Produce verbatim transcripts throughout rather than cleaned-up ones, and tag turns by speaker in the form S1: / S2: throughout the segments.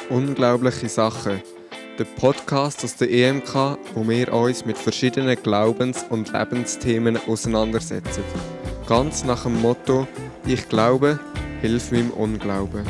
S1: Unglaubliche Sachen. Der Podcast aus der E M K, wo wir uns mit verschiedenen Glaubens- und Lebensthemen auseinandersetzen. Ganz nach dem Motto: Ich glaube, hilf meinem Unglauben.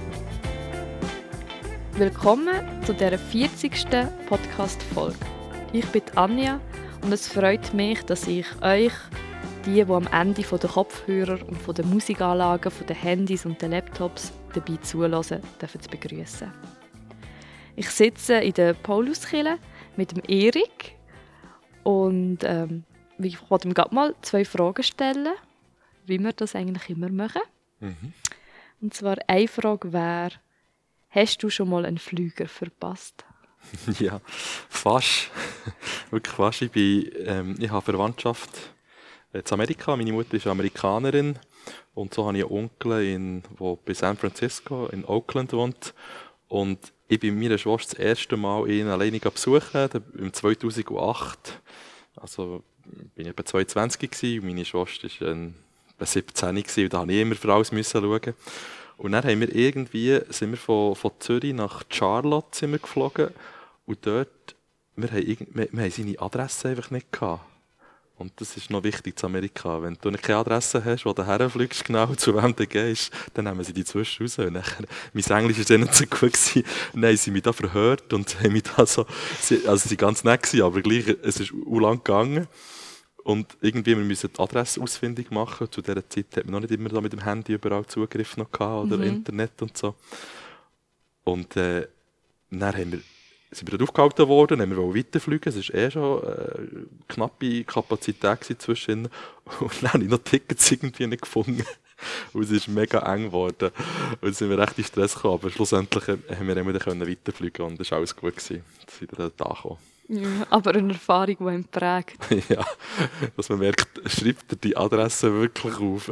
S2: Willkommen zu dieser vierzigsten Podcast-Folge. Ich bin Anja und es freut mich, dass ich euch, die, die am Ende von der Kopfhörer und von den Musikanlagen, von den Handys und den Laptops dabei zuhören, dürfen zu begrüßen. Ich sitze in der Pauluskirche mit dem Erik und ähm, ich wollte ihm gerade mal zwei Fragen stellen, wie wir das eigentlich immer machen. Mhm. Und zwar eine Frage wäre: Hast du schon mal einen Flüger verpasst?
S3: Ja, fast. Wirklich fast. Ich, bin, ähm, ich habe Verwandtschaft in Amerika. Meine Mutter ist Amerikanerin. Und so habe ich einen Onkel, der bei San Francisco in Oakland wohnt. Und ich bin meiner Schwester das erste Mal ihn alleine besuchen, im zweitausendacht. Also bin ich etwa zweiundzwanzig gewesen, und meine Schwester war ähm, siebzehn gewesen, und da musste ich immer für alles schauen. Und dann haben wir irgendwie, sind wir von, von Zürich nach Charlotte sind wir geflogen. Und dort, wir haben, irgend, wir, wir haben seine Adresse einfach nicht gehabt. Und das ist noch wichtig in Amerika. Wenn du keine Adresse hast, wo du herfliegst, genau zu wem du gehst, dann nehmen sie dich zwischen raus. Und nachher, mein Englisch war dann nicht so gut gewesen. Und dann haben sie mich da verhört und haben mich da so, also sie waren ganz nett gewesen, aber gleich, es ist u lang gegangen. Und irgendwie, wir müssen die Adresse ausfindig machen. Zu dieser Zeit hat man noch nicht immer so mit dem Handy überall Zugriff noch gehabt, oder mhm. Internet und so. Und äh, dann haben wir, sind wir dort aufgehalten worden, dann haben wir weiterfliegen. Es war eh schon äh, knappe Kapazität zwischen. Und dann habe ich noch Tickets irgendwie nicht gefunden. Und es ist mega eng geworden. Und dann sind wir recht in Stress gekommen. Aber schlussendlich haben wir immer weiterfliegen und es war alles gut gewesen. Jetzt sind wir da angekommen.
S2: Ja, aber eine Erfahrung, die ihn prägt.
S3: Ja, dass man merkt, schreibt er die Adresse wirklich auf.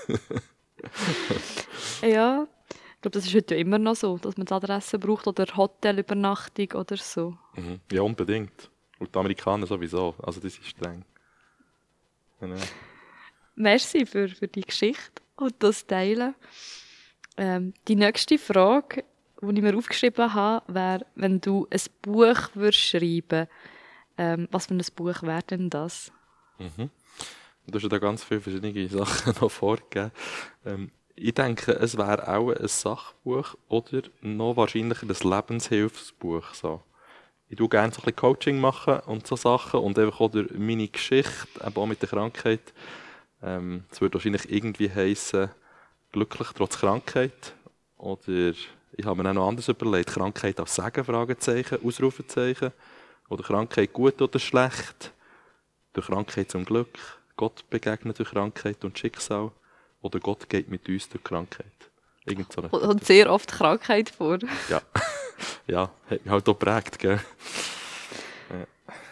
S2: Ja, ich glaube, das ist heute immer noch so, dass man die Adresse braucht oder Hotelübernachtung oder so.
S3: Mhm. Ja, unbedingt. Und die Amerikaner sowieso, also das ist streng. Genau.
S2: Merci für, für die Geschichte und das Teilen. Ähm, die nächste Frage, die ich mir aufgeschrieben habe, wäre, wenn du ein Buch würdest schreiben, ähm, was für ein Buch wäre denn das?
S3: Mhm. Du hast ja da ganz viele verschiedene Sachen noch vorgegeben. Ähm, ich denke, es wäre auch ein Sachbuch oder noch wahrscheinlicher ein Lebenshilfsbuch. So. Ich tue gerne so ein bisschen Coaching machen und so Sachen und einfach auch durch meine Geschichte, eben auch mit der Krankheit. Ähm, es würde wahrscheinlich irgendwie heissen, glücklich trotz Krankheit. Oder ich habe mir auch noch anders überlegt, Krankheit als Segen, Fragezeichen, Ausrufezeichen. Oder Krankheit gut oder schlecht. Durch Krankheit zum Glück. Gott begegnet durch Krankheit und Schicksal. Oder Gott geht mit uns durch Krankheit. Irgend so eine
S2: und sehr oft Krankheit vor.
S3: Ja, ja, hat mich halt auch geprägt, gell? Ja.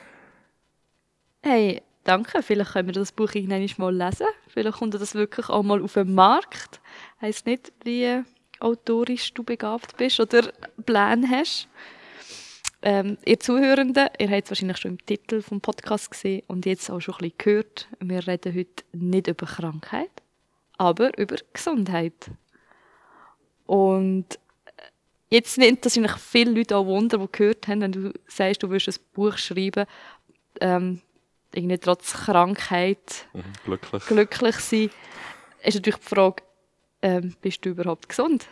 S2: Hey, danke. Vielleicht können wir das Buch irgendwann mal lesen. Vielleicht kommt das wirklich auch mal auf den Markt. Heisst nicht, wie autorisch du begabt bist oder Pläne hast. Ähm, ihr Zuhörenden, ihr habt es wahrscheinlich schon im Titel vom Podcast gesehen und jetzt auch schon ein bisschen gehört. Wir reden heute nicht über Krankheit, aber über Gesundheit. Und jetzt nimmt das wahrscheinlich viele Leute auch Wunder, die gehört haben, wenn du sagst, du willst ein Buch schreiben, ähm, irgendwie trotz Krankheit
S3: mhm, glücklich.
S2: glücklich sein. Ist natürlich die Frage, ähm, bist du überhaupt gesund?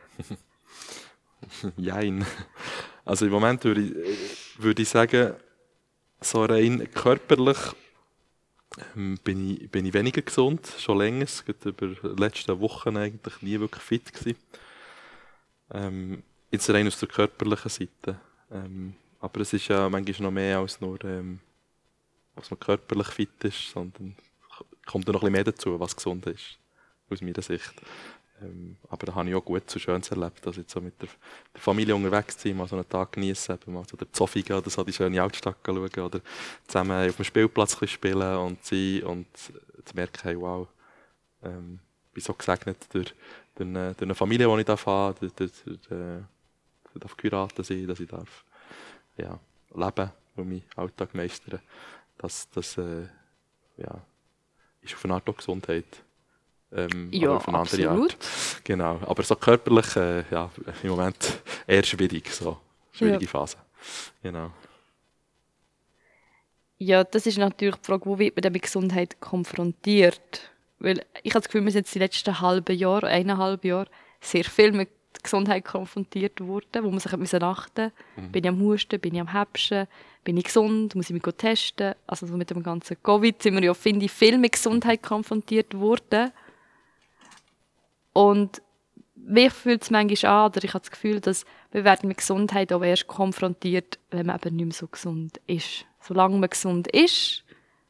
S3: Jein. Also im Moment würde ich, würde ich sagen, so rein körperlich ähm, bin, ich, bin ich weniger gesund, schon länger. Es war über die letzten Wochen eigentlich nie wirklich fit gewesen. Ähm, jetzt rein aus der körperlichen Seite. Ähm, aber es ist ja manchmal noch mehr als nur, ähm, was man körperlich fit ist, sondern kommt da noch ein bisschen mehr dazu, was gesund ist, aus meiner Sicht. Ähm, aber da habe ich auch gut so Schönes erlebt, also jetzt so mit der, der Familie unterwegs zu sein, mal so einen Tag genießen, mal zu der Zofi gehen oder so die schöne Altstadt schauen oder zusammen auf dem Spielplatz spielen und sein und zu merken, hey, wow, ähm, ich bin so gesegnet durch, durch, eine, durch eine Familie, die ich darf haben, durch, durch, durch, durch, ich darf geheiratet sein, dass ich darf ja, leben und meinen Alltag meistern. Das, das äh, ja, ist auf eine Art auch Gesundheit. Ähm,
S2: Ja,
S3: aber auf eine andere
S2: absolut.
S3: Art. Genau. Aber so körperlich, äh, ja, im Moment eher schwierig, so schwierige
S2: Ja.
S3: Phase. Genau.
S2: Ja, das ist natürlich die Frage, wo wird man denn mit Gesundheit konfrontiert? Weil ich habe das Gefühl, wir sind jetzt die letzten halben Jahre, eineinhalb Jahre sehr viel mit Gesundheit konfrontiert worden, wo man sich hat müssen achten musste. Bin ich am Husten, bin ich am Häpschen, bin ich gesund, muss ich mich gut testen? Also so mit dem ganzen Covid sind wir ja, finde ich, viel mit Gesundheit konfrontiert worden. Und mich fühlt es manchmal an, oder ich habe das Gefühl, dass wir werden mit Gesundheit auch erst konfrontiert, wenn man eben nicht mehr so gesund ist. Solange man gesund ist,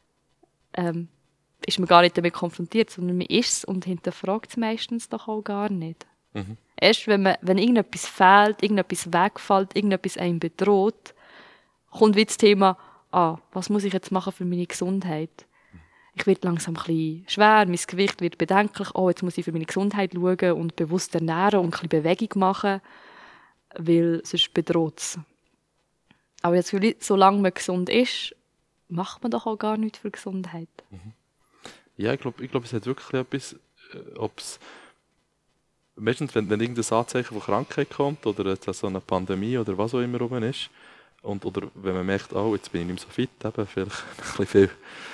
S2: ähm, ist man gar nicht damit konfrontiert, sondern man ist es und hinterfragt es meistens doch auch gar nicht.
S3: Mhm.
S2: Erst wenn, man, wenn irgendetwas fehlt, irgendetwas wegfällt, irgendetwas einen bedroht, kommt wieder das Thema, ah, was muss ich jetzt machen für meine Gesundheit? Ich werde langsam ein bisschen schwer, mein Gewicht wird bedenklich, oh, jetzt muss ich für meine Gesundheit schauen und bewusst ernähren und ein bisschen Bewegung machen, weil sonst bedroht es. Aber jetzt, solange man gesund ist, macht man doch auch gar nichts für Gesundheit.
S3: Ja, ich glaube, ich glaub, es hat wirklich etwas, äh, ob es meistens, wenn, wenn irgendein Anzeichen von Krankheit kommt oder jetzt so eine Pandemie oder was auch immer rum ist, und, oder wenn man merkt, oh, jetzt bin ich nicht mehr so fit, eben, vielleicht ein bisschen viel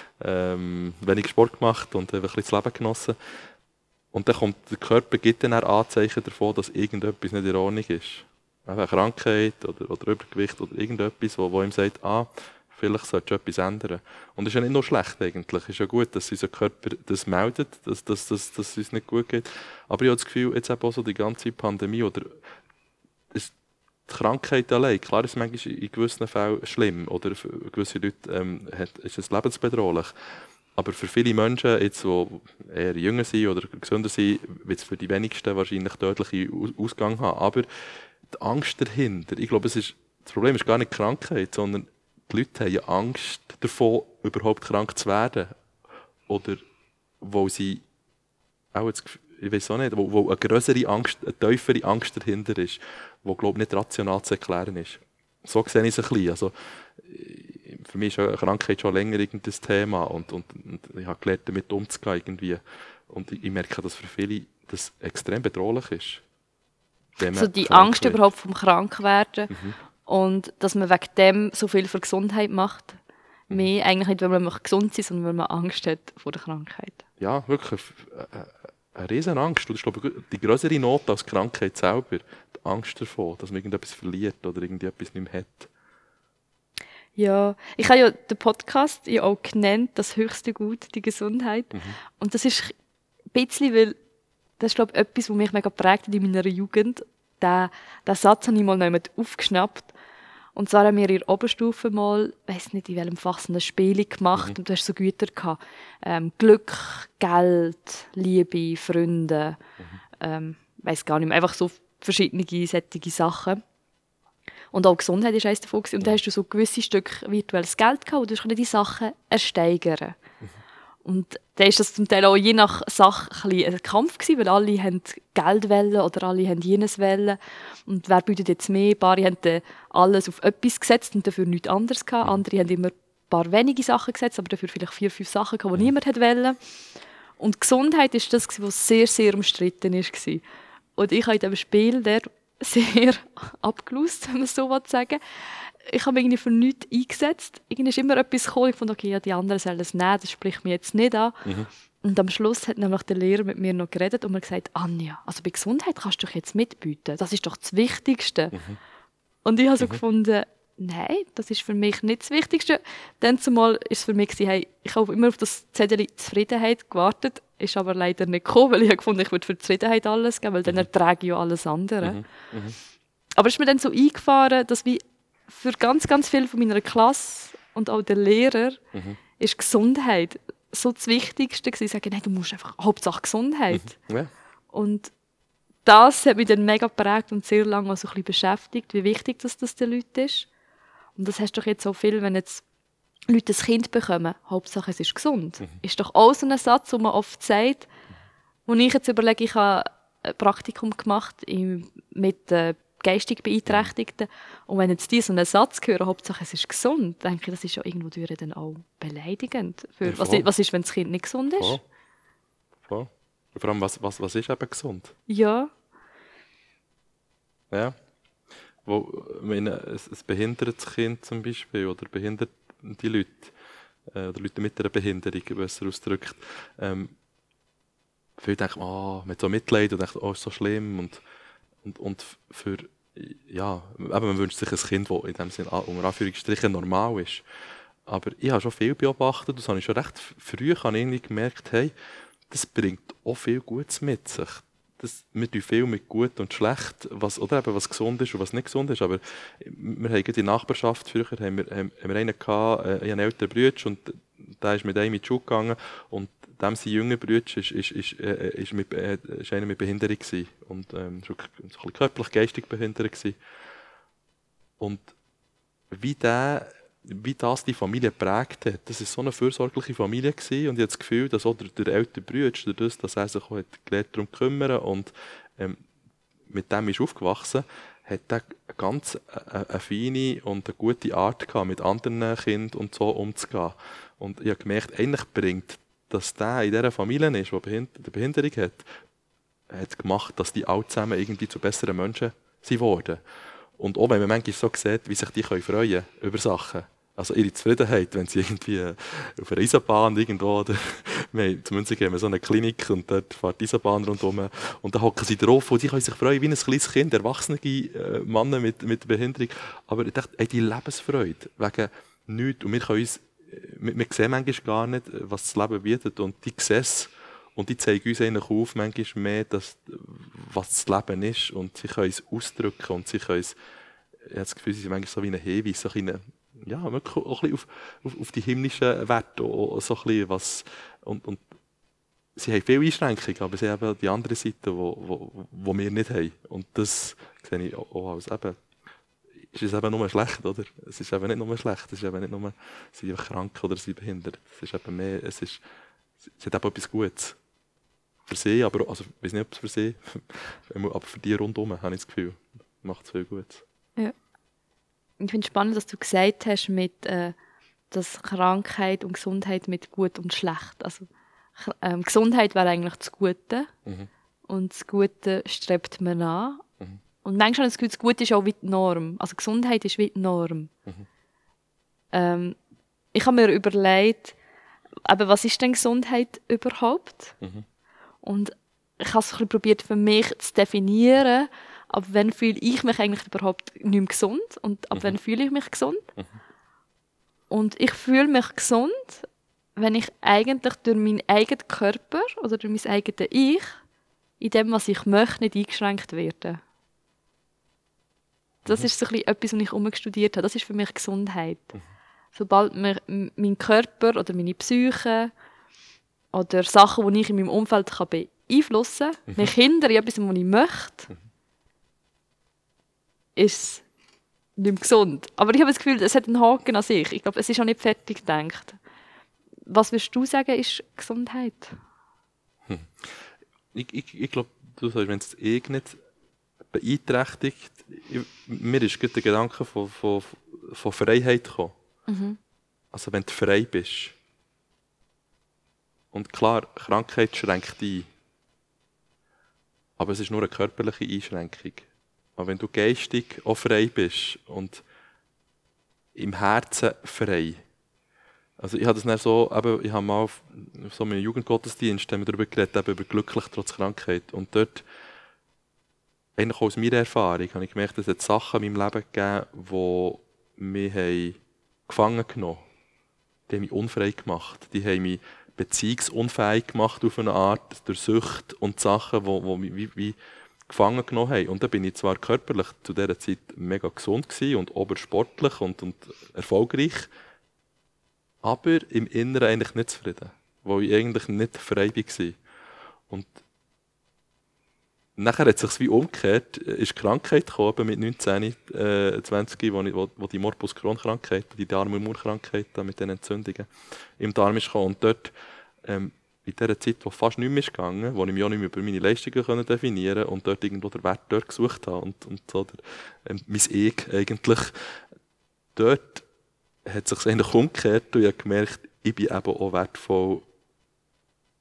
S3: ähm, wenig Sport gemacht und ein bisschen das Leben genossen. Und dann kommt der Körper, gibt dann auch Anzeichen davon, dass irgendetwas nicht in Ordnung ist. Eine Krankheit oder, oder Übergewicht oder irgendetwas, wo, wo ihm sagt, ah, vielleicht sollte etwas ändern. Und das ist ja nicht nur schlecht eigentlich. Es ist ja gut, dass unser Körper das meldet, dass, dass, dass, dass es uns nicht gut geht. Aber ich habe das Gefühl, jetzt eben auch so die ganze Pandemie oder ist die Krankheit allein, klar ist es manchmal in gewissen Fällen schlimm oder für gewisse Leute ähm, hat, ist es lebensbedrohlich. Aber für viele Menschen, jetzt, die eher jünger sind oder gesünder sind, wird es für die wenigsten wahrscheinlich tödlichen Ausgang haben. Aber die Angst dahinter, ich glaube, es ist, das Problem ist gar nicht die Krankheit, sondern die Leute haben Angst davon, überhaupt krank zu werden. Oder wo sie auch jetzt, ich weiß auch nicht, wo, wo eine größere Angst, eine tiefere Angst dahinter ist, die, glaube ich, nicht rational zu erklären ist. So sehe ich es ein bisschen. Also, für mich ist eine Krankheit schon länger irgendein Thema und, und, und ich habe gelernt, damit umzugehen irgendwie. Und ich, ich merke, dass für viele das extrem bedrohlich ist.
S2: So die Angst
S3: wird.
S2: überhaupt vom Krankwerden
S3: Mhm.
S2: und dass man wegen dem so viel für Gesundheit macht. Mhm. Mehr eigentlich nicht, weil man gesund ist, sondern weil man Angst hat vor der Krankheit.
S3: Ja, wirklich. Eine riesen Angst. Das ist, glaube ich, die größere Not als die Krankheit selber. Die Angst davon, dass man irgendetwas verliert oder irgendetwas nicht mehr hat.
S2: Ja, ich habe ja den Podcast ja auch genannt, das höchste Gut, die Gesundheit. Mhm. Und das ist ein bisschen, weil das ist, glaube ich, etwas, was mich mega prägt hat in meiner Jugend. Den, den Satz habe ich mal noch aufgeschnappt. Und zwar haben wir in der Oberstufe mal, ich weiss nicht, in welchem Fach, so eine Spiele gemacht. Mhm. Und du hast so Güter gehabt. Ähm, Glück, Geld, Liebe, Freunde. Mhm. Ähm, ich weiss gar nicht mehr. Einfach so verschiedene solche Sachen. Und auch Gesundheit war eines davon. Und da hast du so gewisse Stück virtuelles Geld gehabt und du konntest die Sachen ersteigern. Mhm. Und dann war das zum Teil auch je nach Sache ein, bisschen ein Kampf gewesen, weil alle haben Geld wollen oder alle haben jenes wollen. Und wer bietet jetzt mehr? Ein paar haben dann alles auf etwas gesetzt und dafür nichts anderes gehabt. Mhm. Andere haben immer ein paar wenige Sachen gesetzt, aber dafür vielleicht vier, fünf Sachen gehabt, die mhm. niemand wollte. Und Gesundheit war das, was sehr, sehr umstritten war. Und ich habe in diesem Spiel der sehr abgelöst, wenn man so sagen will. Ich habe mich irgendwie für nichts eingesetzt. Irgendwie ist immer etwas gekommen. Ich fand, okay, ja, die anderen sollen es nehmen, das spricht mich jetzt nicht an. Mhm. Und am Schluss hat nämlich der Lehrer mit mir noch geredet und mir gesagt, Anja, also bei Gesundheit kannst du doch jetzt mitbieten. Das ist doch das Wichtigste. Mhm. Und ich habe so mhm. gefunden, nein, das ist für mich nicht das Wichtigste. Dann zumal ist es für mich, hey, ich habe immer auf das Zettel Zufriedenheit gewartet, ist aber leider nicht gekommen, weil ich habe gefunden, ich würde für Zufriedenheit alles geben, weil dann ertrage ich ja alles andere. Mhm. Mhm. Aber es ist mir dann so eingefahren, dass wie für ganz, ganz viele von meiner Klasse und auch der Lehrer mhm. ist Gesundheit so das Wichtigste gewesen. Ich sage, nein, du musst einfach Hauptsache Gesundheit. Mhm. Ja. Und das hat mich dann mega geprägt und sehr lange auch so ein bisschen beschäftigt, wie wichtig das, das den Leuten ist. Und das hast du doch jetzt so viel, wenn jetzt Leute ein Kind bekommen, Hauptsache es ist gesund. Mhm. Ist doch auch so ein Satz, den man oft sagt, wo ich jetzt überlege, ich habe ein Praktikum gemacht mit äh, geistig Beeinträchtigten. Und wenn jetzt die so einen Satz hören, Hauptsache es ist gesund, denke ich, das ist ja irgendwo dann auch beleidigend. Für, ja, was, was ist, wenn das Kind nicht gesund ist?
S3: Voll. Voll. Vor allem, was, was, was ist eben gesund?
S2: Ja,
S3: Ja. Wo, wenn ein, ein behindertes Kind zum Beispiel oder behinderte Leute, äh, oder Leute mit einer Behinderung, besser ausgedrückt, ähm, viele denken, oh, mit so Mitleid und denken, oh, ist so schlimm. Und, und, und für, ja, eben, man wünscht sich ein Kind, das in dem Sinne unter Anführungsstrichen normal ist. Aber ich habe schon viel beobachtet, das habe ich schon recht früh habe ich irgendwie gemerkt, hey, das bringt auch viel Gutes mit sich. Das, wir tun viel mit gut und schlecht, was, oder eben was gesund ist und was nicht gesund ist. Aber wir haben in der Nachbarschaft, früher haben wir, haben, haben wir einen gehabt, äh, einen älteren Bruder, und der ist mit einem in die Schule gegangen, und dem sein jüngerer Bruder ist, ist, ist, äh, ist, mit, äh, ist einer mit Behinderung gewesen. Und ähm, schon ein bisschen körperlich, geistig behindert gewesen. Und wie der wie das die Familie geprägt hat. Das war so eine fürsorgliche Familie gewesen, und ich habe das Gefühl, dass auch der, der ältere Bruder, dadurch, dass er sich auch hat gelernt, darum zu kümmern und ähm, mit dem ist aufgewachsen, hat er eine ganz eine, eine feine und eine gute Art gehabt, mit anderen Kindern und so umzugehen. Und ich habe gemerkt, eigentlich bringt, dass der in dieser Familie ist, die eine Behinderung hat, hat gemacht, dass die alle zusammen irgendwie zu besseren Menschen sind geworden. Und auch wenn man manchmal so sieht, wie sich die freuen können über Sachen. Also ihre Zufriedenheit, wenn sie irgendwie auf einer Eisenbahn irgendwo, oder wir haben, zumindest haben wir so eine Klinik und dort fährt die Eisenbahn rundherum und dann hocken sie drauf und die können sich freuen wie ein kleines Kind, erwachsene äh, Männer mit, mit Behinderung. Aber ich dachte, ey, die Lebensfreude wegen nichts. Und wir können uns, wir, wir sehen manchmal gar nicht, was das Leben bietet, und die sehen es. Und die zeigen uns eigentlich auf, manchmal mehr, dass, was das Leben ist. Und sie können es ausdrücken und sie können es, ich habe das Gefühl, sie sind manchmal so wie ein Hinweis, so ein, ja, wirklich auch ein bisschen auf, auf, auf die himmlischen Werte, auch so ein bisschen was, und, und sie haben viele Einschränkungen, aber sie haben die andere Seite, die wo, wo, wo wir nicht haben. Und das sehe ich auch als eben, ist es eben nur schlecht, oder? Es ist eben nicht nur schlecht, es ist eben nicht nur, sie sind krank oder sie sind behindert. Es ist eben mehr, es ist, es hat eben etwas Gutes. Für sie, aber also, ich weiß nicht, ob es für sie, aber für die rundherum, habe ich das Gefühl, macht es viel Gutes.
S2: Ja. Ich finde es spannend, dass du gesagt hast, mit, äh, dass Krankheit und Gesundheit mit gut und schlecht. Also, ähm, Gesundheit wäre eigentlich das Gute, mhm. und das Gute strebt man an. Mhm. Und manchmal habe ich das Gefühl, das Gute ist auch wie die Norm. Also Gesundheit ist wie die Norm. Mhm. Ähm, ich habe mir überlegt, aber was ist denn Gesundheit überhaupt? Mhm. Und ich habe es ein bisschen probiert, für mich zu definieren, ab wann fühle ich mich eigentlich überhaupt nicht mehr gesund und ab mhm. wann fühle ich mich gesund. Mhm. Und ich fühle mich gesund, wenn ich eigentlich durch meinen eigenen Körper oder durch mein eigenes Ich in dem, was ich möchte, nicht eingeschränkt werde. Das mhm. ist so ein bisschen etwas, was ich umgestudiert habe. Das ist für mich Gesundheit. Mhm. Sobald mir mein Körper oder meine Psyche oder Sachen, die ich in meinem Umfeld kann beeinflussen kann, mhm. mich hindern in etwas, was ich möchte, mhm. ist nicht mehr gesund. Aber ich habe das Gefühl, es hat einen Haken an sich. Ich glaube, es ist auch nicht fertig gedacht. Was würdest du sagen, ist Gesundheit?
S3: Hm. Ich, ich, ich glaube, du sagst, wenn es eh nicht beeinträchtigt, ich, mir ist gerade der Gedanke von, von, von Freiheit gekommen. Mhm. Also wenn du frei bist. Und klar, Krankheit schränkt ein. Aber es ist nur eine körperliche Einschränkung. Aber wenn du geistig auch frei bist und im Herzen frei. Also ich habe das nicht so, eben, ich habe mal auf so einem Jugendgottesdienst haben wir darüber geredet, eben über glücklich trotz Krankheit. Und dort, eigentlich aus meiner Erfahrung, habe ich gemerkt, dass es Sachen in meinem Leben gegeben, die mich haben gefangen genommen haben. Die haben mich unfrei gemacht. Die haben mich beziehungsunfähig gemacht auf eine Art, durch Sucht und Sachen, die, die mich wie, wie gefangen genommen haben. Und da bin ich zwar körperlich zu dieser Zeit mega gesund gewesen und obersportlich und, und erfolgreich, aber im Inneren eigentlich nicht zufrieden, weil ich eigentlich nicht frei war. Und nachher hat es sich wie umgekehrt, ist die Krankheit gekommen, mit neunzehn, äh, zwanzig, wo, ich, wo, wo die Morbus Crohn-Krankheit, die Darm-Immunkrankheit mit den Entzündungen im Darm ist gekommen. Und dort, ähm, in dieser Zeit, wo fast nichts mehr ist gegangen, wo ich mich auch nicht mehr über meine Leistungen definieren konnte und dort irgendwo den Wert dort gesucht habe und, und so, der, ähm, mein Ich eigentlich, dort hat es sich eigentlich umgekehrt und ich habe gemerkt, ich bin eben auch wertvoll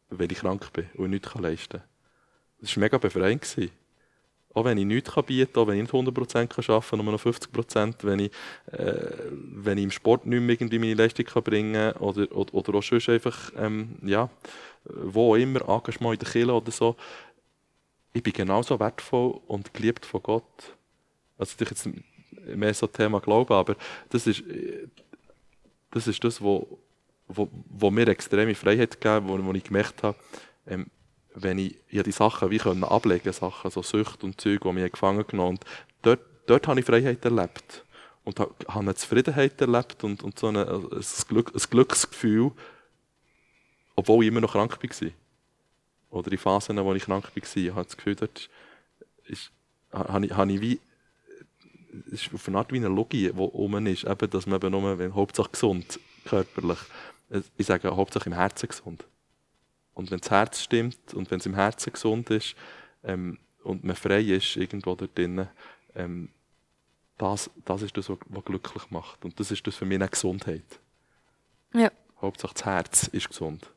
S3: weil ich krank bin und nichts leisten kann. Das war mega befreiend gewesen. Auch wenn ich nichts bieten kann, auch wenn ich nicht hundert Prozent arbeiten kann, nur noch fünfzig Prozent, wenn ich, äh, wenn ich im Sport nicht mehr irgendwie meine Leistung kann bringen kann oder, oder, oder auch sonst einfach, ähm, ja, wo auch immer, Engagement in der Kirche oder so, ich bin genauso wertvoll und geliebt von Gott. Also das ist jetzt mehr so ein Thema Glauben, aber das ist das, ist das wo, wo, wo mir extreme Freiheit gegeben, wo, wo ich gemerkt habe, ähm, wenn ich ja die Sachen wie können ablegen, Sachen, so Sucht und Zeug, die mich gefangen genommen haben. Dort, dort habe ich Freiheit erlebt. Und habe eine Zufriedenheit erlebt und, und so eine, ein, Glück, ein Glücksgefühl, obwohl ich immer noch krank war. Oder in Phasen, wo ich krank war. Ich habe das Gefühl, dort ist, habe, ich, habe ich wie, es ist auf eine Art wie eine Logik, die rum ist, eben, dass man eben nur, wenn Hauptsache gesund, körperlich, ich sage Hauptsache im Herzen gesund. Und wenn das Herz stimmt und wenn es im Herzen gesund ist ähm, und man frei ist irgendwo dort drinnen, ähm, das, das ist das, was glücklich macht. Und das ist das für mich eine Gesundheit.
S2: Ja.
S3: Hauptsache das Herz ist gesund.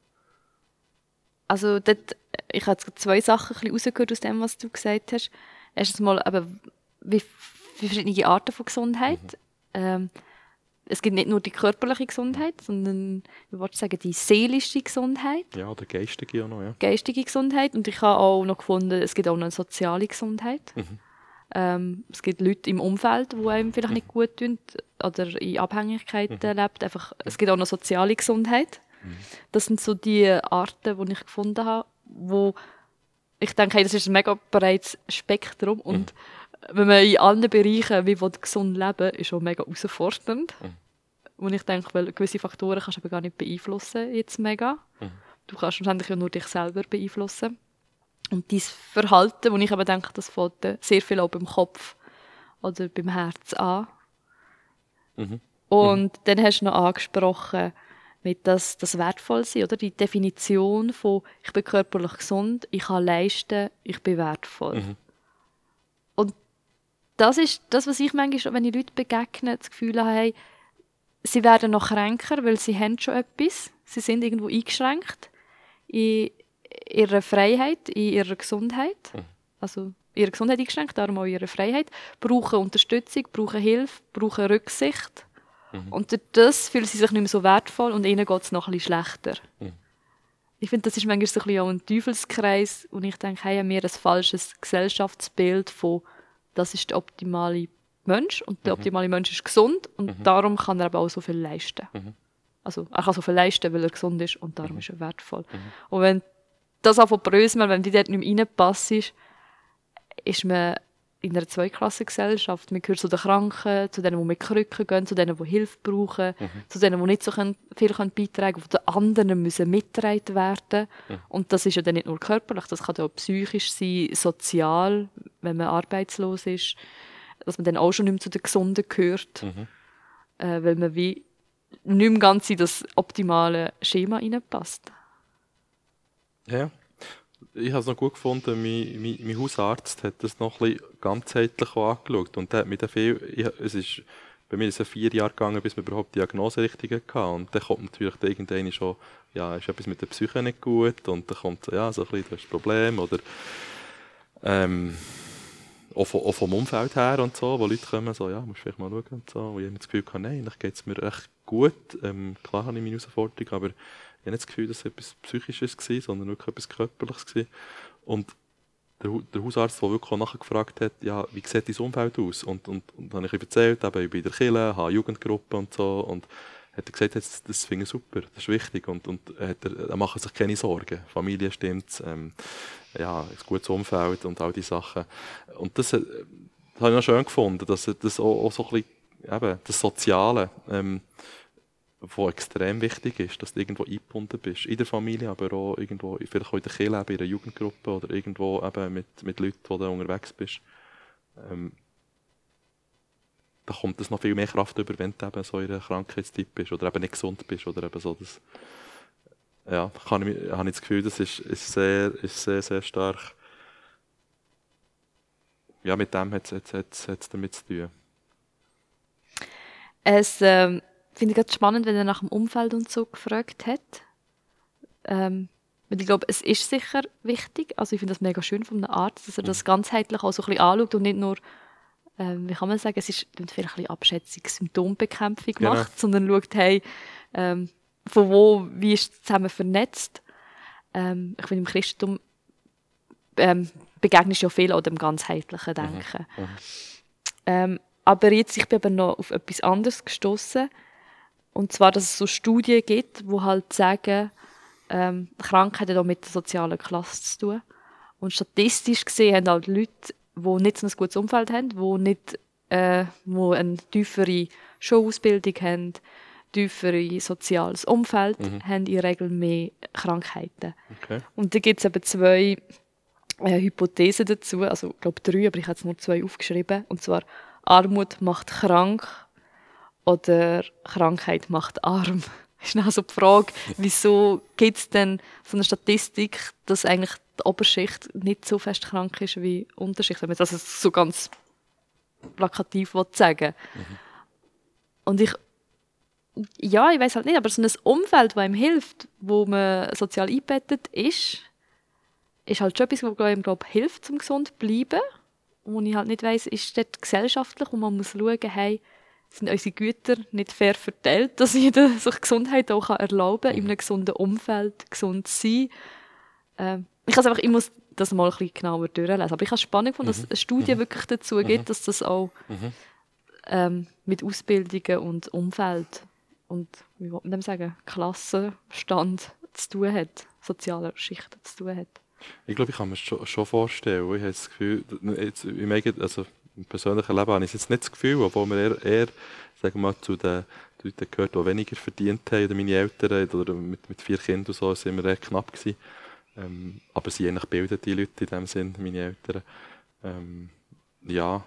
S2: Also dort, ich habe jetzt zwei Sachen ein bisschen rausgehört aus dem, was du gesagt hast. Erstens mal, eben, wie, wie verschiedene Arten von Gesundheit. Mhm. Ähm, es gibt nicht nur die körperliche Gesundheit, sondern, ich wollte sagen, die seelische Gesundheit.
S3: Ja, oder geistige auch noch, ja.
S2: Geistige Gesundheit. Und ich habe auch noch gefunden, es gibt auch noch eine soziale Gesundheit. Mhm. Ähm, es gibt Leute im Umfeld, die einem vielleicht mhm. nicht gut tun oder in Abhängigkeiten mhm. lebt. Einfach, es gibt auch noch soziale Gesundheit. Mhm. Das sind so die Arten, die ich gefunden habe, wo ich denke, hey, das ist ein mega breites Spektrum. Und mhm. wenn man in allen Bereichen wie gesund leben will, ist schon mega herausfordernd. Mhm. Und ich denke, weil gewisse Faktoren kannst du aber gar nicht beeinflussen, jetzt mega. Mhm. Du kannst schlussendlich ja nur dich selber beeinflussen. Und dein Verhalten, wo ich aber denke, das fängt sehr viel auch beim Kopf oder beim Herz an. Mhm. Und mhm. dann hast du noch angesprochen, mit das, das Wertvollsein, oder? Die Definition von, ich bin körperlich gesund, ich kann leisten, ich bin wertvoll. Mhm. Und das ist das, was ich manchmal, wenn ich Leute begegne, das Gefühl habe, hey, sie werden noch kränker, weil sie haben schon etwas, sie sind irgendwo eingeschränkt in ihrer Freiheit, in ihrer Gesundheit, mhm. also ihre Gesundheit eingeschränkt, darum auch ihre Freiheit, brauchen Unterstützung, brauchen Hilfe, brauchen Rücksicht. Mhm. Und durch das fühlen sie sich nicht mehr so wertvoll und ihnen geht es noch ein bisschen schlechter. Mhm. Ich finde, das ist manchmal so ein bisschen auch ein Teufelskreis und ich denke, hey, haben wir ein falsches Gesellschaftsbild von, das ist der optimale Mensch und der mhm. optimale Mensch ist gesund und mhm. darum kann er aber auch so viel leisten. Mhm. Also er kann so viel leisten, weil er gesund ist und darum mhm. ist er wertvoll. Mhm. Und wenn das anfängt zu bröseln, wenn die dort nicht mehr reinpasst, ist, ist man in einer Zweiklassengesellschaft. Man gehört zu den Kranken, zu denen, die mit Krücken gehen, zu denen, die Hilfe brauchen, mhm. zu denen, die nicht so viel beitragen können, von den anderen müssen mitgetragen werden. Mhm. Und das ist ja dann nicht nur körperlich, das kann auch psychisch sein, sozial, wenn man arbeitslos ist, dass man dann auch schon nicht mehr zu den Gesunden gehört, mhm. äh, weil man wie nicht mehr ganz in das optimale Schema hineinpasst.
S3: Ja. Ich habe es noch gut gefunden, mein, mein, mein Hausarzt hat das noch ein bisschen ganzheitlich angeschaut und der hat mir dann viel, ich, es ist, bei mir ist es vier Jahre gegangen, bis wir überhaupt die Diagnose richtig hatten und dann kommt natürlich irgendwann schon, ja, ist etwas mit der Psyche nicht gut und dann kommt ja, so ein bisschen das Problem oder ähm, auch, von, auch vom Umfeld her und so, wo Leute kommen, so, ja, musst du vielleicht mal schauen und so, wo ich das Gefühl habe, nein, eigentlich geht es mir recht gut, ähm, klar habe ich meine Herausforderung, aber ich habe nicht das Gefühl, dass es etwas Psychisches war, sondern wirklich etwas Körperliches war. Und der, der Hausarzt, der wirklich auch nachher gefragt hat, ja, wie sieht dein Umfeld aus? Und, und, und dann habe ich erzählt, eben, ich bin in der Kirche, habe Jugendgruppe und so. Und hat er gesagt, das, das finde ich super, das ist wichtig. Und, und hat er, er macht sich keine Sorgen. Familie stimmt, ähm, ja, ein gutes Umfeld und all diese Sachen. Und das, das habe ich noch schön gefunden, dass das auch, auch so ein bisschen, eben, das Soziale, ähm, was extrem wichtig ist, dass du irgendwo eingebunden bist. In der Familie, aber auch irgendwo, vielleicht auch in der Kirche, in einer Jugendgruppe oder irgendwo eben mit, mit Leuten, wo du unterwegs bist. Ähm, da kommt es noch viel mehr Kraft über, wenn du eben so in einer Krankheitstyp bist oder eben nicht gesund bist. Oder eben so das, ja, kann ich, habe ich das Gefühl, das ist, ist, sehr, ist sehr, sehr stark. Ja, mit dem hat es damit zu tun.
S2: Es, ähm Ich finde es spannend, wenn er nach dem Umfeld und so gefragt hat. Ähm, Weil ich glaube, es ist sicher wichtig, also ich finde das mega schön von einem Arzt, dass er das ganzheitlich auch so ein bisschen anschaut und nicht nur, ähm, wie kann man sagen, es ist vielleicht ein bisschen Abschätzung, Symptombekämpfung
S3: Genau.
S2: macht, sondern schaut, hey, ähm, von wo, wie ist es zusammen vernetzt. Ähm, ich finde, im Christentum ähm, begegnest du ja viel auch dem ganzheitlichen Denken.
S3: Mhm. Mhm.
S2: Ähm, aber jetzt, ich bin aber noch auf etwas anderes gestoßen. Und zwar, dass es so Studien gibt, die halt sagen, ähm, Krankheit hat auch mit der sozialen Klasse zu tun. Und statistisch gesehen haben halt Leute, die nicht so ein gutes Umfeld haben, die nicht, äh, die eine tiefere Schulausbildung haben, tiefere soziales Umfeld,
S3: Mhm.
S2: haben in der Regel mehr Krankheiten.
S3: Okay.
S2: Und da gibt es eben zwei äh, Hypothesen dazu, also ich glaube drei, aber ich habe jetzt nur zwei aufgeschrieben. Und zwar, Armut macht krank oder Krankheit macht arm. Das ist dann also die Frage, wieso gibt es denn so eine Statistik, dass eigentlich die Oberschicht nicht so fest krank ist wie die Unterschicht, wenn man das also so ganz plakativ sagen will. Mhm. Und ich, ja, ich weiß halt nicht, aber so ein Umfeld, das einem hilft, wo man sozial eingebettet ist, ist halt schon etwas, was einem, glaube ich, hilft, zum gesund zu bleiben. Und ich halt nicht weiss, ist das gesellschaftlich und man muss schauen, hey, sind unsere Güter nicht fair verteilt, dass jeder sich Gesundheit auch erlauben kann, in einem gesunden Umfeld gesund zu sein. Ähm, ich, einfach, ich muss das mal ein bisschen genauer durchlesen. Aber ich habe es spannend gefunden, dass es eine Studie
S3: Mhm.
S2: wirklich dazu gibt, dass das auch
S3: Mhm.
S2: ähm, mit Ausbildungen und Umfeld und, wie will man dem sagen, Klassenstand zu tun hat, sozialer Schichten zu tun hat.
S3: Ich glaube, ich kann mir schon, schon vorstellen. Ich habe das Gefühl, jetzt, im, eigenen, also im persönlichen Leben habe ich jetzt nicht das Gefühl, obwohl wir eher, eher sagen wir mal, zu den Leuten gehört, die weniger verdient haben, oder meine Eltern, oder mit, mit vier Kindern und so, sind wir eher knapp gewesen. Ähm, aber sie ähnlich bilden die Leute in dem Sinn, meine Eltern. Ähm, ja.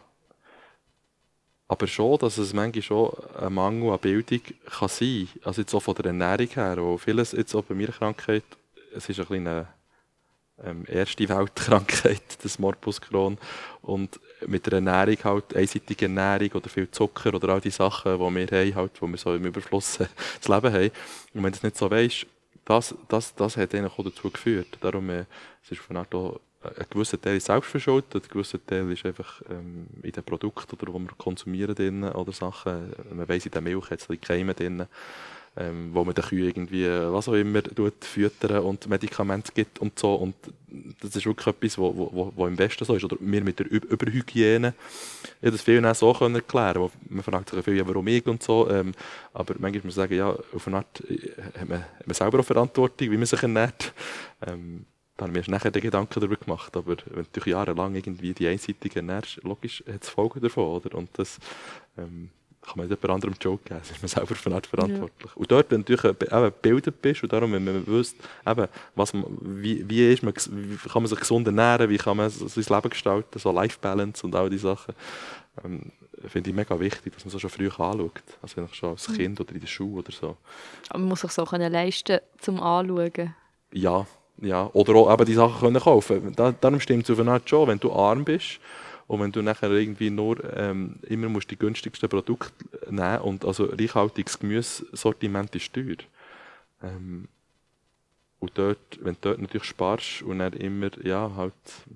S3: Aber schon, dass es manchmal schon ein Mangel an Bildung kann sein kann. Also jetzt auch von der Ernährung her, wo vieles jetzt auch bei meiner Krankheit, es ist ein bisschen eine ähm, erste Weltkrankheit, das Morbus Crohn. Und mit der Ernährung halt, einseitige Ernährung oder viel Zucker oder all die Sachen, die wir haben, halt, wo wir so im Überfluss das Leben haben. Und wenn du das nicht so weisst, das, das, das hat eigentlich auch dazu geführt. Darum äh, es ist von auch ein gewisser Teil ist selbstverschuldet, ein gewisser Teil ist einfach ähm, in den Produkten, oder, die wir konsumieren drin, oder Sachen. Man weiss, in der Milch hat es Keime drin, ähm, wo man den Kühen irgendwie, was auch immer, füttern und Medikamente gibt und so. Und das ist wirklich etwas, wo, wo, wo im Westen so ist. Oder wir mit der Ü- Überhygiene, ich das vielen auch so können erklären. Wo man fragt sich viel, ja, warum ich und so. Ähm, aber manchmal muss man sagen, ja, auf eine Art hat man, hat man selber auch Verantwortung, wie man sich ernährt. Ähm, Da haben wir erst nachher den Gedanken darüber gemacht, aber wenn du jahrelang irgendwie die einseitige ernährst, logisch hat es Folgen davon, oder? Und das ähm, kann man nicht jemand anderem Joke geben, das ist man selber für Art verantwortlich. Ja. Und dort, wenn du eben gebildet bist und darum, wenn man wüsste, eben, was man, wie, wie, ist man, wie kann man sich gesund ernähren, wie kann man sein Leben gestalten, so Life Balance und all diese Sachen, ähm, finde ich mega wichtig, dass man so schon früh anschaut, also schon als Kind oder in der Schule oder so.
S2: Aber man muss sich so können leisten, zum Anschauen.
S3: Ja. Ja, oder auch eben die Sachen können kaufen. Da, darum stimmt es auf eine Art schon, wenn du arm bist und wenn du nachher irgendwie nur ähm, immer musst die günstigsten Produkte nehmen und also reichhaltiges Gemüsesortiment ist teuer. Ähm, und dort, wenn du dort natürlich sparst und dann immer, ja, halt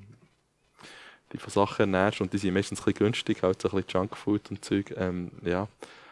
S3: die von Sachen ernährst und die sind meistens ein bisschen günstig, halt so ein bisschen Junkfood und Zeug, ähm, ja,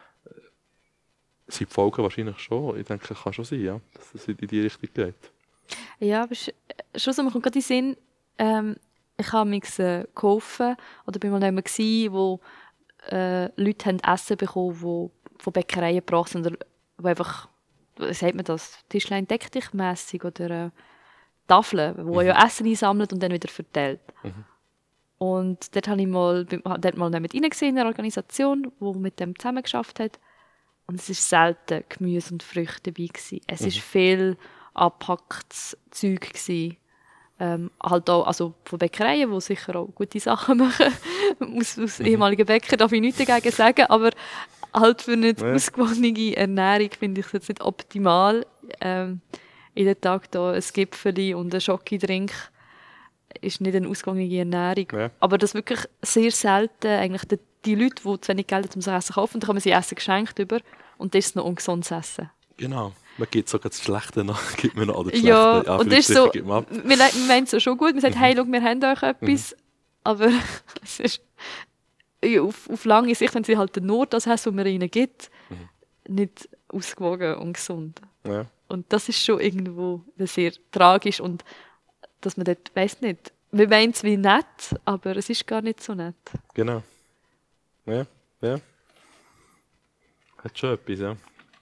S3: sind die Folgen wahrscheinlich schon. Ich denke, kann schon sein, ja, dass es in die Richtung geht.
S2: Ja, aber schon so, man kommt gerade in den Sinn, ähm, ich habe mich äh, gekauft oder bin mal jemand gsi, wo äh, Leute haben Essen bekommen, die von Bäckereien gebracht sind, oder wo einfach, wie sagt man das, Tischlein deck dich mässig oder äh, Tafeln, wo mhm. ja Essen einsammelt und dann wieder verteilt. Mhm. Und dort habe ich mal, dort mal mit ihnen gesehen, in einer Organisation, die mit dem zusammen geschafft hat. Und es war selten Gemüse und Früchte dabei gewesen. Es war mhm. viel abgepacktes Zeug gewesen. Ähm, halt auch, also von Bäckereien, die sicher auch gute Sachen machen. aus aus mhm. ehemaligen Bäcker darf ich nichts dagegen sagen, aber halt für eine ja. ausgewogene Ernährung finde ich es jetzt nicht optimal. Ähm, jeden Tag da ein Gipfeli und ein Schokidrink ist nicht eine ausgewogene Ernährung. Ja. Aber das wirklich sehr selten, eigentlich die, die Leute, die zu wenig Geld haben, um sich Essen zu kaufen, dann kommen sie Essen geschenkt über und das ist noch ungesundes Essen.
S3: Genau. Man gibt sogar das Schlechte nach, gibt man noch, oder das
S2: Ja,
S3: Schlechte,
S2: und das ist so,
S3: gibt man ab.
S2: wir, wir meinen es schon gut, wir sagen,
S3: Mhm.
S2: hey, schau, wir haben euch etwas, aber es ist, ja, auf, auf lange Sicht, wenn sie halt nur das haben, was man ihnen gibt,
S3: Mhm.
S2: nicht ausgewogen und gesund.
S3: Ja.
S2: Und das ist schon irgendwo sehr tragisch und dass man dort, weiss nicht, wir meinen es wie nett, aber es ist gar nicht so nett.
S3: Genau. Ja, ja. Hat schon etwas, ja.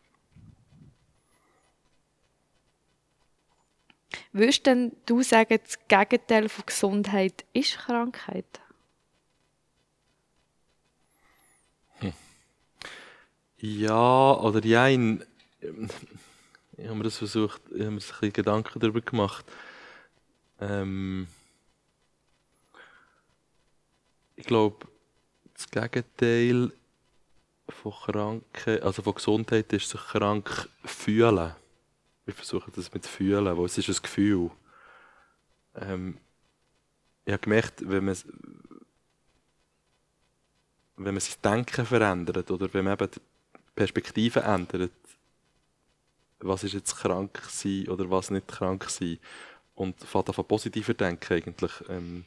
S2: Würdest denn du sagen, das Gegenteil von Gesundheit ist Krankheit?
S3: Ja, oder jein. Ich habe mir das versucht, ich habe mir das ein bisschen Gedanken darüber gemacht. Ähm, ich glaube, das Gegenteil von Kranke, also von Gesundheit ist sich krank fühlen. Wir versuchen das mit fühlen, weil es ist ein Gefühl. Ähm, ich habe gemerkt, wenn man, wenn man sein Denken verändert oder wenn man eben die Perspektive ändert, was ist jetzt krank sein oder was nicht krank sein, und fängt an positiver denken eigentlich. Ähm,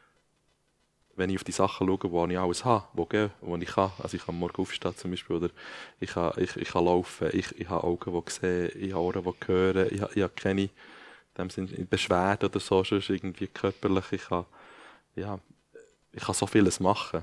S3: wenn ich auf die Sachen schaue, wo ich alles habe, wo gehe, wo ich kann. Also ich kann morgen aufstehen zum Beispiel, oder ich kann, ich, ich kann laufen, ich, ich habe Augen, die sehen, ich habe Ohren, die hören, ich habe, ich habe keine in dem Sinne Beschwerden oder so, sonst irgendwie körperlich. Ich kann, ja, ich kann so vieles machen.